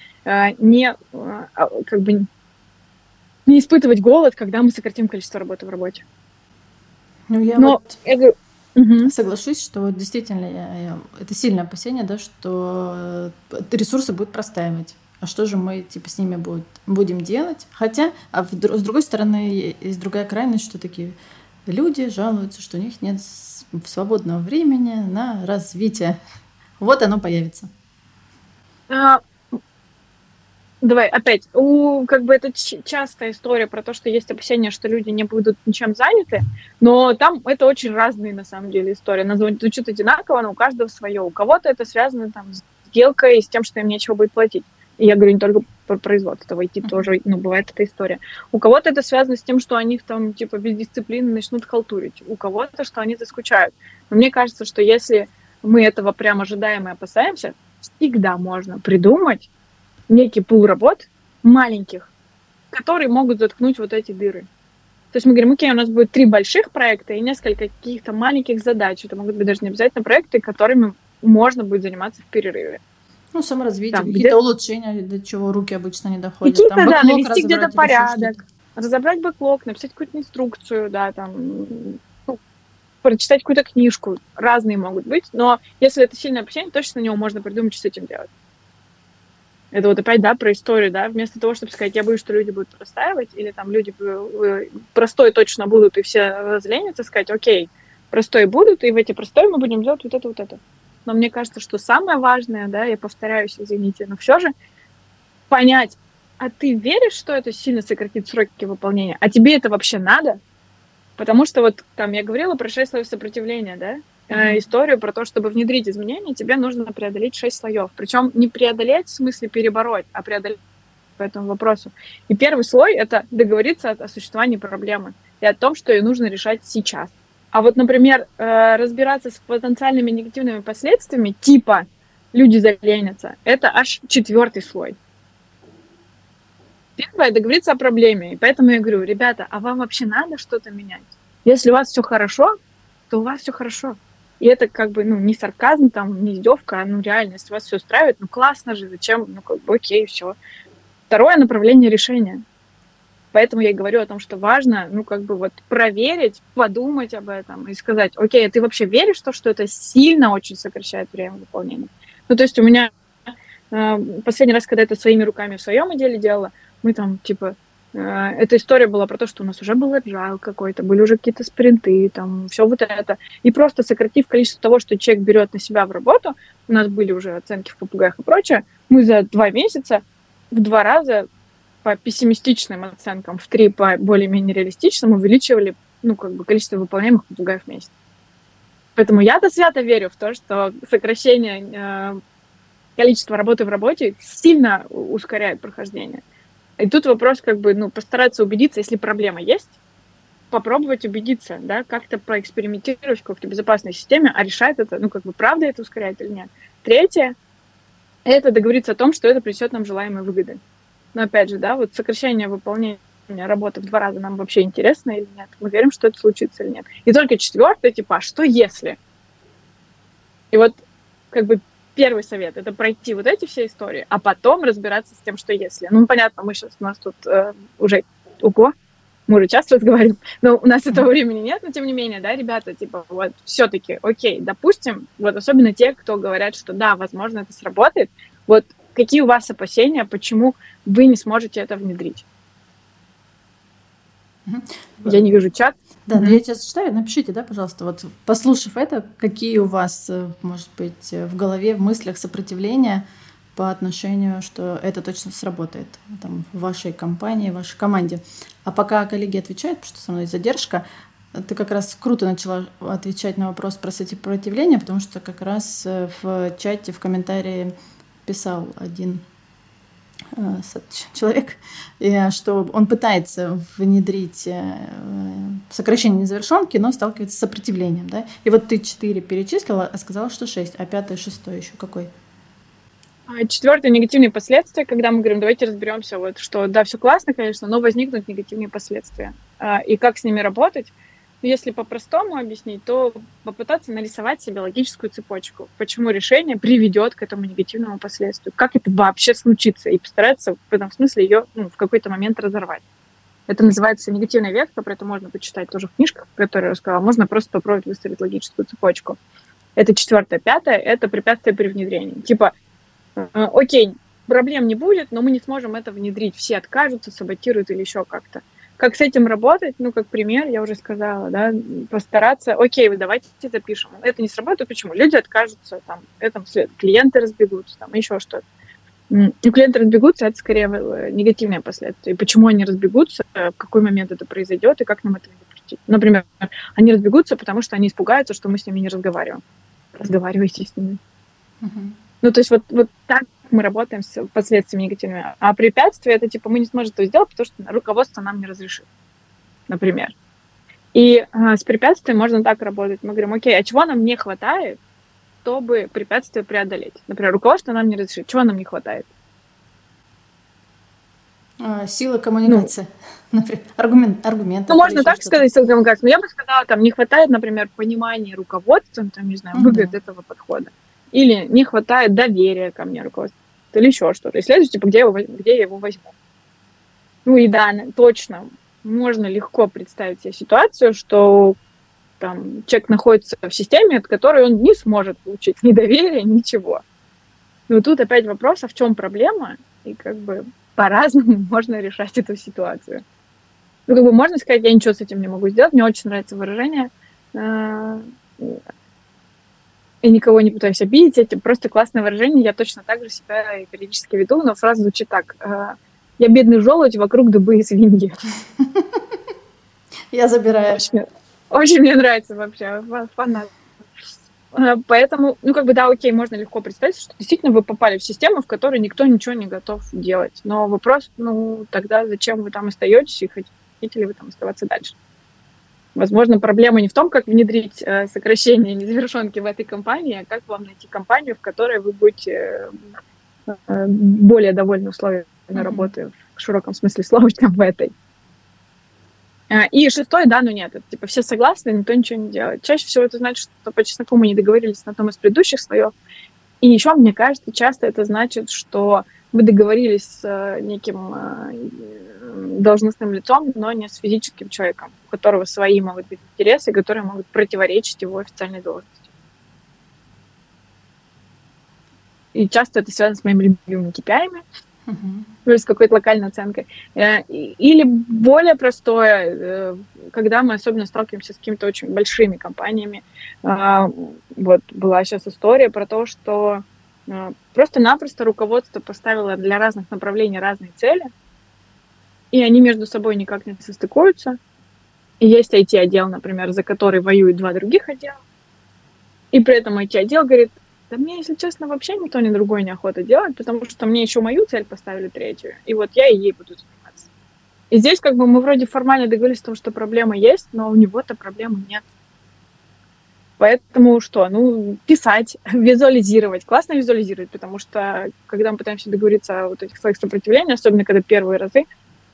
как бы не испытывать голод, когда мы сократим количество работы в работе. Ну, я соглашусь, что вот действительно это сильное опасение, да, что ресурсы будут простаивать. А что же мы типа с ними будем делать? Хотя, с другой стороны, есть другая крайность, что такие люди жалуются, что у них нет свободного времени на развитие. Вот оно появится. Давай, опять, как бы это частая история про то, что есть опасения, что люди не будут ничем заняты, но там это очень разные, на самом деле, истории. Она звучит одинаково, но у каждого свое. У кого-то это связано там с сделкой и с тем, что им нечего будет платить. И я говорю не только про производство, в IT тоже, ну, бывает эта история. У кого-то это связано с тем, что они там, типа, без дисциплины начнут халтурить. У кого-то, что они заскучают. Но мне кажется, что если мы этого прям ожидаем и опасаемся, всегда можно придумать некий пул работ маленьких, которые могут заткнуть вот эти дыры. То есть мы говорим, окей, у нас будет 3 больших проекта и несколько каких-то маленьких задач. Это могут быть даже не обязательно проекты, которыми можно будет заниматься в перерыве. Ну, саморазвитие, там, какие-то улучшения, до чего руки обычно не доходят. Какие-то, там, да, навести где-то порядок, разобрать бэклог, написать какую-то инструкцию, да, там, ну, прочитать какую-то книжку. Разные могут быть, но если это сильное опасение, точно на него можно придумать, что с этим делать. Это вот опять, да, про историю, да, вместо того, чтобы сказать, я боюсь, что люди будут простаивать, или там люди простой точно будут, и все разленятся, сказать, окей, простой будут, и в эти простой мы будем делать вот это, вот это. Но мне кажется, что самое важное, да, я повторяюсь, извините, но все же понять, а ты веришь, что это сильно сократит сроки выполнения? А тебе это вообще надо? Потому что вот там я говорила про 6 слоев сопротивления, да? историю про то, чтобы внедрить изменения, тебе нужно преодолеть 6 слоев. Причем не преодолеть в смысле перебороть, а преодолеть по этому вопросу. И первый слой — это договориться о существовании проблемы и о том, что ее нужно решать сейчас. А вот, например, разбираться с потенциальными негативными последствиями, типа люди заленятся, это аж 4-й слой. Первое — договориться о проблеме. И поэтому я говорю: ребята, а вам вообще надо что-то менять? Если у вас все хорошо, то у вас все хорошо. И это как бы, не сарказм, там, не издевка, а реально, если вас все устраивает, классно же, зачем, окей, все. Второе направление решения. Поэтому я и говорю о том, что важно, проверить, подумать об этом и сказать: окей, а ты вообще веришь в то, что это сильно очень сокращает время выполнения? То есть у меня последний раз, когда это своими руками в своем отделе делала, мы там, эта история была про то, что у нас уже был agile какой-то, были уже какие-то спринты, там, все вот это. И просто сократив количество того, что человек берет на себя в работу, у нас были уже оценки в попугаях и прочее, мы за 2 месяца в 2 раза по пессимистичным оценкам, в 3 по более-менее реалистичным увеличивали, количество выполняемых попугаев в месяц. Поэтому я-то свято верю в то, что сокращение количества работы в работе сильно ускоряет прохождение. И тут вопрос, постараться убедиться, если проблема есть, попробовать убедиться, да, как-то проэкспериментировать в какой-то безопасной системе, а решает это, правда это ускоряет или нет. Третье — это договориться о том, что это принесет нам желаемые выгоды. Но опять же, да, вот сокращение выполнения работы в 2 раза нам вообще интересно или нет? Мы верим, что это случится или нет? И только 4-е, а что если? И вот первый совет — это пройти вот эти все истории, а потом разбираться с тем, что если. Понятно, у нас тут уже мы уже часто разговариваем, но у нас этого времени нет, но тем не менее, да, ребята, все-таки, окей, допустим, особенно те, кто говорят, что да, возможно, это сработает, какие у вас опасения, почему вы не сможете это внедрить? Я не вижу чат. Да, но я сейчас читаю, напишите, да, пожалуйста, послушав это, какие у вас, может быть, в голове, в мыслях сопротивления по отношению, что это точно сработает там, в вашей компании, в вашей команде. А пока коллеги отвечают, потому что со мной задержка, ты как раз круто начала отвечать на вопрос про сопротивление, потому что как раз в чате, в комментарии писал один человек, что он пытается внедрить сокращение незавершенки, но сталкивается с сопротивлением. Да? И ты 4 перечислила, а сказала, что 6, а 5-й, 6-й еще какой? 4-е — негативные последствия, когда мы говорим: давайте разберемся, что да, все классно, конечно, но возникнут негативные последствия. И как с ними работать? Если по-простому объяснить, то попытаться нарисовать себе логическую цепочку, почему решение приведет к этому негативному последствию, как это вообще случится, и постараться в этом смысле ее в какой-то момент разорвать. Это называется негативная ветка, про это можно почитать тоже в книжках, которые я рассказала. Можно просто попробовать выстроить логическую цепочку. Это 4-е. 5-е — это препятствие при внедрении. Окей, проблем не будет, но мы не сможем это внедрить. Все откажутся, саботируют или еще как-то. Как с этим работать? Как пример, я уже сказала, да, постараться, окей, давайте запишем. Это не сработает, почему? Люди откажутся, там, клиенты разбегутся, там, еще что-то. Клиенты разбегутся, это скорее негативные последствия. И почему они разбегутся, в какой момент это произойдет, и как нам это не допустить. Например, они разбегутся, потому что они испугаются, что мы с ними не разговариваем. Разговаривайте с ними. То есть так мы работаем с последствиями негативными. А препятствия — это мы не сможем это сделать, потому что руководство нам не разрешит, например. И с препятствием можно так работать. Мы говорим: окей, а чего нам не хватает, чтобы препятствие преодолеть? Например, руководство нам не разрешит. Чего нам не хватает? Сила коммуникации. Например, аргументы. Можно так сказать, сила коммуникации. Но я бы сказала, не хватает, например, понимания руководством, выгод этого подхода. Или не хватает доверия ко мне руководству, или еще что-то. И следующее, где я его возьму. И да, точно, можно легко представить себе ситуацию, что человек находится в системе, от которой он не сможет получить ни доверия, ничего. Но тут опять вопрос, а в чем проблема? И по-разному можно решать эту ситуацию. Можно сказать: я ничего с этим не могу сделать. Мне очень нравится выражение. И никого не пытаюсь обидеть этим. Просто классное выражение. Я точно так же себя периодически веду, но фраза звучит так: я бедный желудь, вокруг дубы и свиньи. Я забираю. Очень мне нравится вообще. Фанат. Поэтому, да, окей, можно легко представить, что действительно вы попали в систему, в которой никто ничего не готов делать. Но вопрос, тогда зачем вы там остаетесь и хотите ли вы там оставаться дальше? Возможно, проблема не в том, как внедрить сокращение незавершенки в этой компании, а как вам найти компанию, в которой вы будете более довольны условиями работы в широком смысле слова, чем в этой. И шестой, да, нет. Это, все согласны, никто ничего не делает. Чаще всего это значит, что по чесноку мы не договорились на том из предыдущих слоев. И еще, мне кажется, часто это значит, что вы договорились с неким должностным лицом, но не с физическим человеком, у которого свои могут быть интересы, которые могут противоречить его официальной должности. И часто это связано с моими любимыми KPI-ами, с какой-то локальной оценкой. Или более простое, когда мы особенно сталкиваемся с какими-то очень большими компаниями. Вот была сейчас история про то, что просто-напросто руководство поставило для разных направлений разные цели, и они между собой никак не состыкуются. И есть IT-отдел, например, за который воюют два других отдела. И при этом IT-отдел говорит: да мне, если честно, вообще никто ни другой неохота делать, потому что мне еще мою цель поставили третью, и вот я и ей буду заниматься. И здесь мы вроде формально договорились о том, что проблема есть, но у него-то проблемы нет. Поэтому что? Писать, визуализировать. Классно визуализировать, потому что, когда мы пытаемся договориться о вот этих своих сопротивлениях, особенно когда первые разы,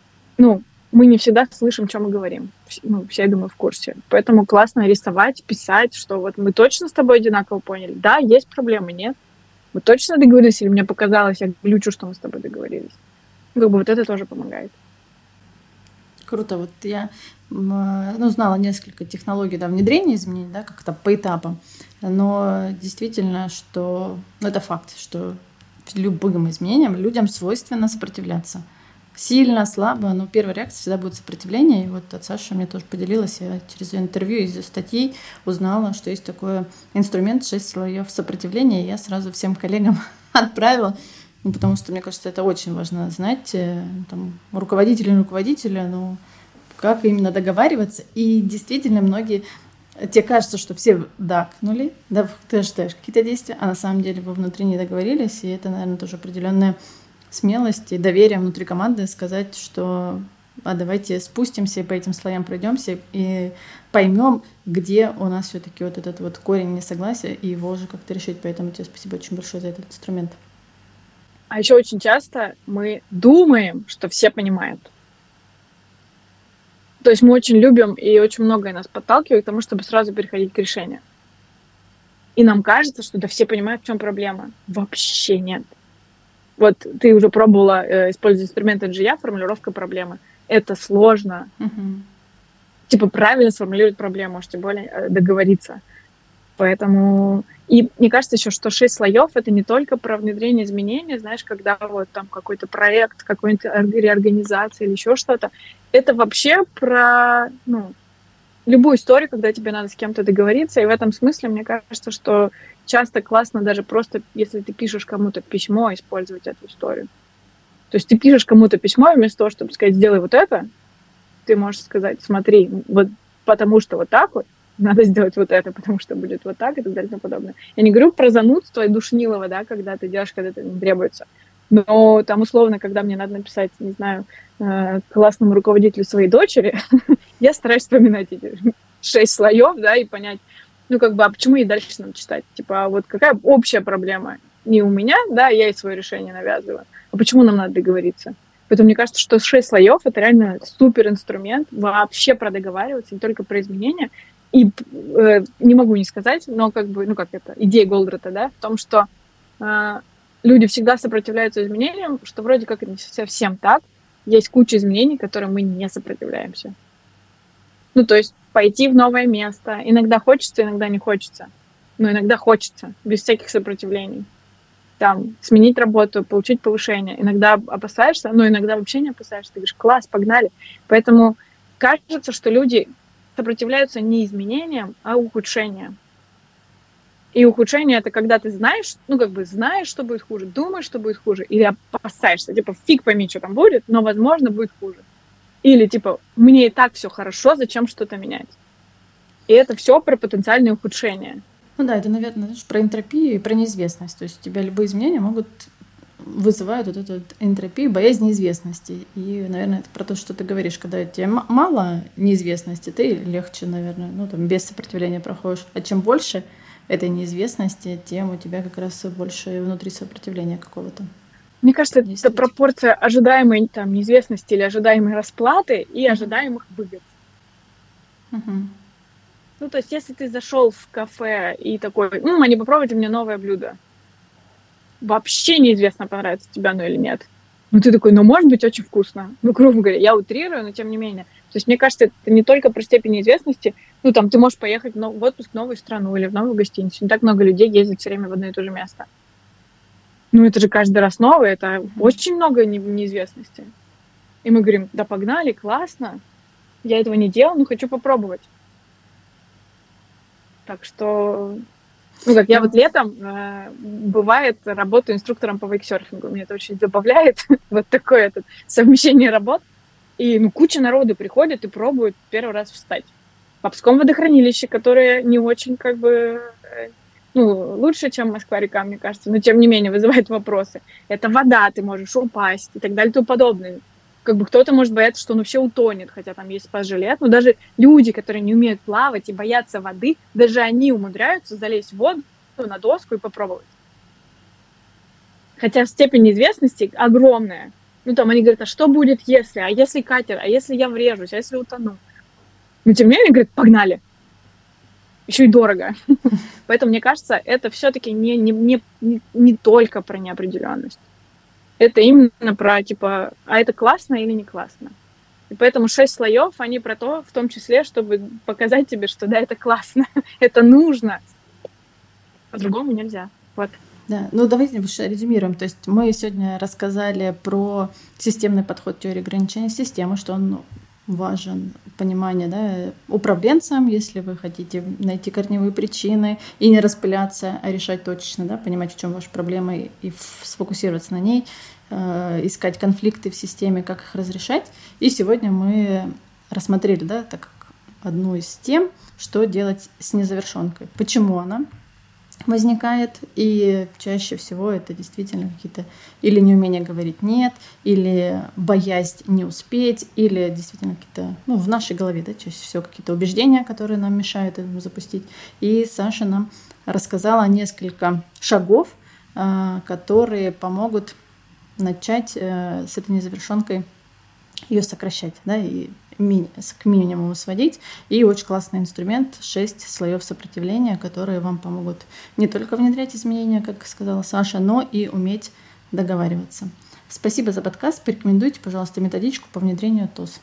мы не всегда слышим, что мы говорим. Все, я думаю, в курсе. Поэтому классно рисовать, писать, что вот мы точно с тобой одинаково поняли. Да, есть проблемы, нет. Мы точно договорились, или мне показалось, я глючу, что мы с тобой договорились. Вот это тоже помогает. Круто. Вот я знала несколько технологий внедрения изменений, как-то по этапам. Но действительно, что это факт, что любым изменениям людям свойственно сопротивляться. Сильно, слабо, но первая реакция всегда будет сопротивление. И вот от Саши мне тоже поделилась, я через ее интервью, из ее статей узнала, что есть такой инструмент 6 слоев сопротивления, и я сразу всем коллегам отправила, потому что, мне кажется, это очень важно знать, руководителя, как именно договариваться. И действительно, многие, тебе кажется, что все дакнули, ты ожидаешь какие-то действия, а на самом деле вы внутри не договорились, и это, наверное, тоже определенная смелость и доверие внутри команды сказать, что давайте спустимся и по этим слоям пройдемся и поймем, где у нас все-таки вот этот вот корень несогласия, и его уже как-то решить. Поэтому тебе спасибо очень большое за этот инструмент. А еще очень часто мы думаем, что все понимают. То есть мы очень любим, и очень многое нас подталкивает к тому, чтобы сразу переходить к решению. И нам кажется, что все понимают, в чем проблема. Вообще нет. Вот ты уже пробовала использовать инструмент NGA, формулировка проблемы. Это сложно. Правильно сформулировать проблему, тем более договориться. Поэтому... И мне кажется еще, что 6 слоев — это не только про внедрение изменений, знаешь, когда вот там какой-то проект, какой-нибудь реорганизация или еще что-то. Это вообще про, любую историю, когда тебе надо с кем-то договориться. И в этом смысле, мне кажется, что часто классно даже просто, если ты пишешь кому-то письмо, использовать эту историю. То есть ты пишешь кому-то письмо, и вместо того, чтобы сказать: сделай вот это, ты можешь сказать: смотри, вот потому что вот так вот, надо сделать вот это, потому что будет вот так и так далее и тому подобное. Я не говорю про занудство и душнилово, когда ты делаешь, когда это не требуется. Но там условно, когда мне надо написать, не знаю, классному руководителю своей дочери, я стараюсь вспоминать эти 6 слоев, и понять, а почему ей дальше надо читать? Вот какая общая проблема? Не у меня, я ей свое решение навязываю. А почему нам надо договориться? Поэтому мне кажется, что 6 слоев — это реально супер инструмент вообще про договариваться, не только про изменения. И не могу не сказать, но идея Голдрата, в том, что люди всегда сопротивляются изменениям, что вроде как не совсем так. Есть куча изменений, которым мы не сопротивляемся. То есть пойти в новое место. Иногда хочется, иногда не хочется. Но иногда хочется, без всяких сопротивлений. Сменить работу, получить повышение. Иногда опасаешься, но иногда вообще не опасаешься. Ты говоришь: класс, погнали. Поэтому кажется, что люди сопротивляются не изменениям, а ухудшениям. И ухудшение — это когда ты знаешь, знаешь, что будет хуже, думаешь, что будет хуже, или опасаешься, фиг пойми, что там будет, но, возможно, будет хуже. Или, мне и так все хорошо, зачем что-то менять? И это все про потенциальное ухудшение. Ну да, это, наверное, знаешь, про энтропию и про неизвестность. То есть у тебя любые изменения вызывают вот эту вот энтропию, боязнь неизвестности. И, наверное, это про то, что ты говоришь, когда тебе мало неизвестности, ты легче, наверное, ну там без сопротивления проходишь. А чем больше этой неизвестности, тем у тебя как раз больше внутри сопротивления какого-то. Мне кажется, это Действует. пропорция ожидаемой там неизвестности или ожидаемой расплаты и ожидаемых выгод. Ну, то есть, если ты зашел в кафе и такой, а не попробуйте мне новое блюдо. Вообще неизвестно, понравится тебе оно или нет. Ну, ты такой, может быть, очень вкусно. Ну, грубо говоря, я утрирую, но тем не менее. То есть, мне кажется, это не только про степень известности. Ну, там, ты можешь поехать в отпуск в новую страну или в новую гостиницу. Не так много людей ездит все время в одно и то же место. Ну, это же каждый раз новое, это очень много неизвестности. И мы говорим, да погнали, классно. Я этого не делал, но хочу попробовать. Так что, я вот летом, бывает, работаю инструктором по вейксерфингу. Меня это очень забавляет, вот такое совмещение работ. И, куча народу приходит и пробует первый раз встать. В Обском водохранилище, которое не очень, лучше, чем Москва-река, мне кажется, но тем не менее вызывает вопросы. Это вода, ты можешь упасть и так далее и тому подобное. Кто-то может бояться, что все утонет, хотя там есть спас-жилет. Но даже люди, которые не умеют плавать и боятся воды, даже они умудряются залезть в воду на доску и попробовать. Хотя степень неизвестности огромная. Они говорят, а что будет, если? А если катер? А если я врежусь? А если утону? Но тем не менее, говорят, погнали. Еще и дорого. Поэтому, мне кажется, это все-таки не только про неопределенность. Это именно про, а это классно или не классно. И поэтому 6 слоев, они про то, в том числе, чтобы показать тебе, что да, это классно, это нужно. По-другому нельзя. Вот. Да, давайте резюмируем. То есть мы сегодня рассказали про системный подход теории ограничения системы, что он важен, понимание, управленцам, если вы хотите найти корневые причины и не распыляться, а решать точечно, понимать, в чем ваша проблема и сфокусироваться на ней, искать конфликты в системе, как их разрешать. И сегодня мы рассмотрели, так как одну из тем, что делать с незавершенкой, почему она возникает, и чаще всего это действительно какие-то или неумение говорить «нет», или боязнь не успеть, или действительно какие-то, в нашей голове, чаще всего какие-то убеждения, которые нам мешают этому запустить. И Саша нам рассказала несколько шагов, которые помогут начать с этой незавершенкой ее сокращать, и к минимуму сводить. И очень классный инструмент 6 слоев сопротивления, которые вам помогут не только внедрять изменения, как сказала Саша, но и уметь договариваться. Спасибо за подкаст. Порекомендуйте, пожалуйста, методичку по внедрению ТОС.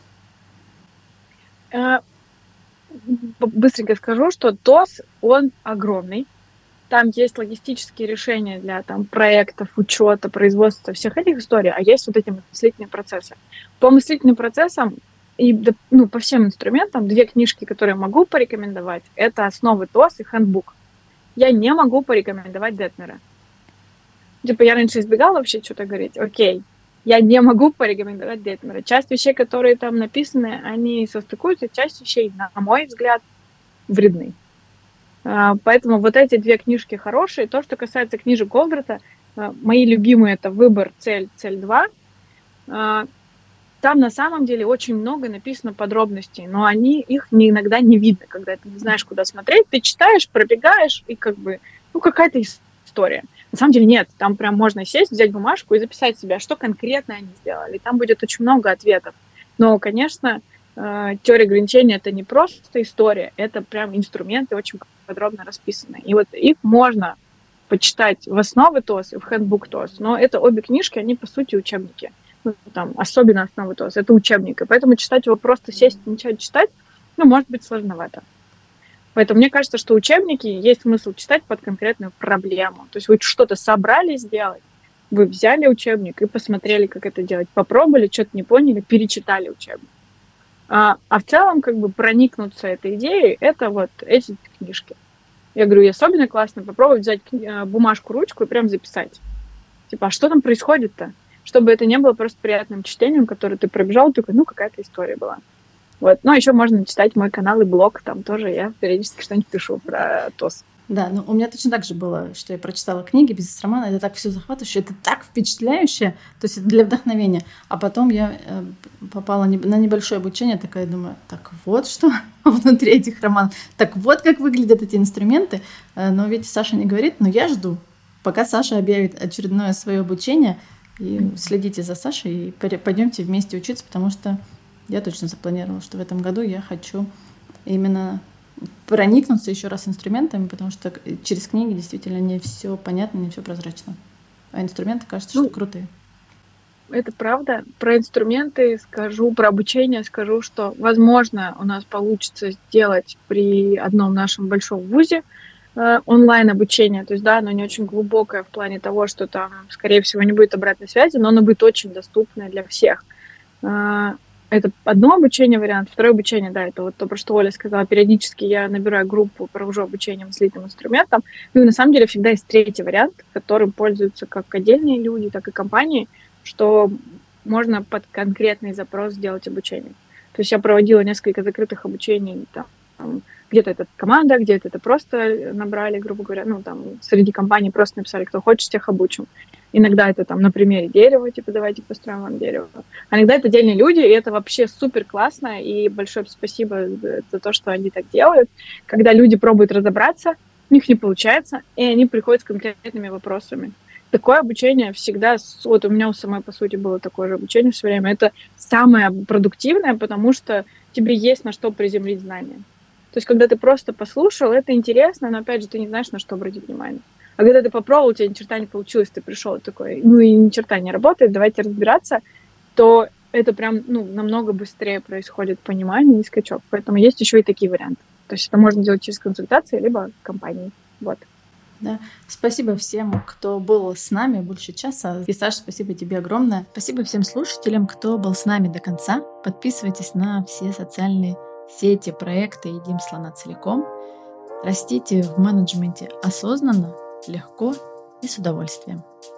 Быстренько скажу, что ТОС, он огромный. Там есть логистические решения для проектов, учета, производства, всех этих историй, а есть вот эти мыслительные процессы. По мыслительным процессам и по всем инструментам 2 книжки, которые могу порекомендовать, это «Основы ТОС» и «Хэндбук». Я не могу порекомендовать Детмера. Я раньше избегала вообще что-то говорить. Окей, я не могу порекомендовать Детмера. Часть вещей, которые там написаны, они состыкуются, часть вещей, на мой взгляд, вредны. Поэтому вот эти 2 книжки хорошие. То, что касается книжек Голдрата, мои любимые — это «Выбор, цель, цель 2». Там на самом деле очень много написано подробностей, но их иногда не видно, когда ты не знаешь, куда смотреть. Ты читаешь, пробегаешь, и какая-то история. На самом деле нет, там прям можно сесть, взять бумажку и записать себе, что конкретно они сделали. Там будет очень много ответов. Но, конечно, теория ограничения — это не просто история, это прям инструменты очень подробно расписаны. И вот их можно почитать в «Основы ТОС» и в «Хэндбук ТОС», но это обе книжки, они по сути учебники. Особенно «Основы ТОС», это учебник, и поэтому читать его, просто сесть и начать читать, может быть сложновато. Поэтому мне кажется, что учебники есть смысл читать под конкретную проблему. То есть вы что-то собрали сделать, вы взяли учебник и посмотрели, как это делать, попробовали, что-то не поняли, перечитали учебник. А в целом, проникнуться этой идеей, это вот эти книжки. Я говорю, и особенно классно попробовать взять бумажку, ручку и прям записать. А что там происходит-то? Чтобы это не было просто приятным чтением, которое ты пробежал, такой, какая-то история была. Вот. Ну, еще можно читать мой канал и блог, там тоже я периодически что-нибудь пишу про ТОС. Да, ну у меня точно так же было, что я прочитала книги, бизнес-романы, это так все захватывающе, это так впечатляюще, то есть это для вдохновения. А потом я попала на небольшое обучение, такая думаю, так вот что внутри этих романов, так вот как выглядят эти инструменты. Но ведь Саша не говорит, но я жду, пока Саша объявит очередное свое обучение, и следите за Сашей, и пойдемте вместе учиться, потому что я точно запланировала, что в этом году я хочу именно проникнуться еще раз инструментами, потому что через книги действительно не все понятно, не все прозрачно. А инструменты, кажется, что крутые. Это правда. Про инструменты скажу, про обучение скажу, что, возможно, у нас получится сделать при одном нашем большом вузе онлайн-обучение. То есть, да, оно не очень глубокое в плане того, что там, скорее всего, не будет обратной связи, но оно будет очень доступное для всех. Это одно обучение вариант. Второе обучение, да, это вот то, про что Оля сказала. Периодически я набираю группу, провожу обучение слитым инструментам. Ну и на самом деле всегда есть третий вариант, которым пользуются как отдельные люди, так и компании, что можно под конкретный запрос сделать обучение. То есть я проводила несколько закрытых обучений, там, где-то это команда, где-то это просто набрали, грубо говоря, ну, там, среди компаний просто написали, кто хочет, тех обучим. Иногда это там на примере дерева, типа, давайте построим вам дерево. А иногда это отдельные люди, и это вообще супер классно, и большое спасибо за то, что они так делают. Когда люди пробуют разобраться, у них не получается, и они приходят с конкретными вопросами. Такое обучение всегда, вот у меня у самой, по сути, было такое же обучение все время, это самое продуктивное, потому что тебе есть на что приземлить знания. То есть, когда ты просто послушал, это интересно, но, опять же, ты не знаешь, на что обратить внимание. А когда ты попробовал, у тебя ни черта не получилось, ты пришел такой, ну и ни черта не работает, давайте разбираться, то это прям, ну, намного быстрее происходит понимание и скачок. Поэтому есть еще и такие варианты. То есть это можно делать через консультации, либо компании. Вот. Да. Спасибо всем, кто был с нами больше часа. И, Саша, спасибо тебе огромное. Спасибо всем слушателям, кто был с нами до конца. Подписывайтесь на все социальные сети, проекты «Едим слона целиком». Растите в менеджменте осознанно, легко и с удовольствием.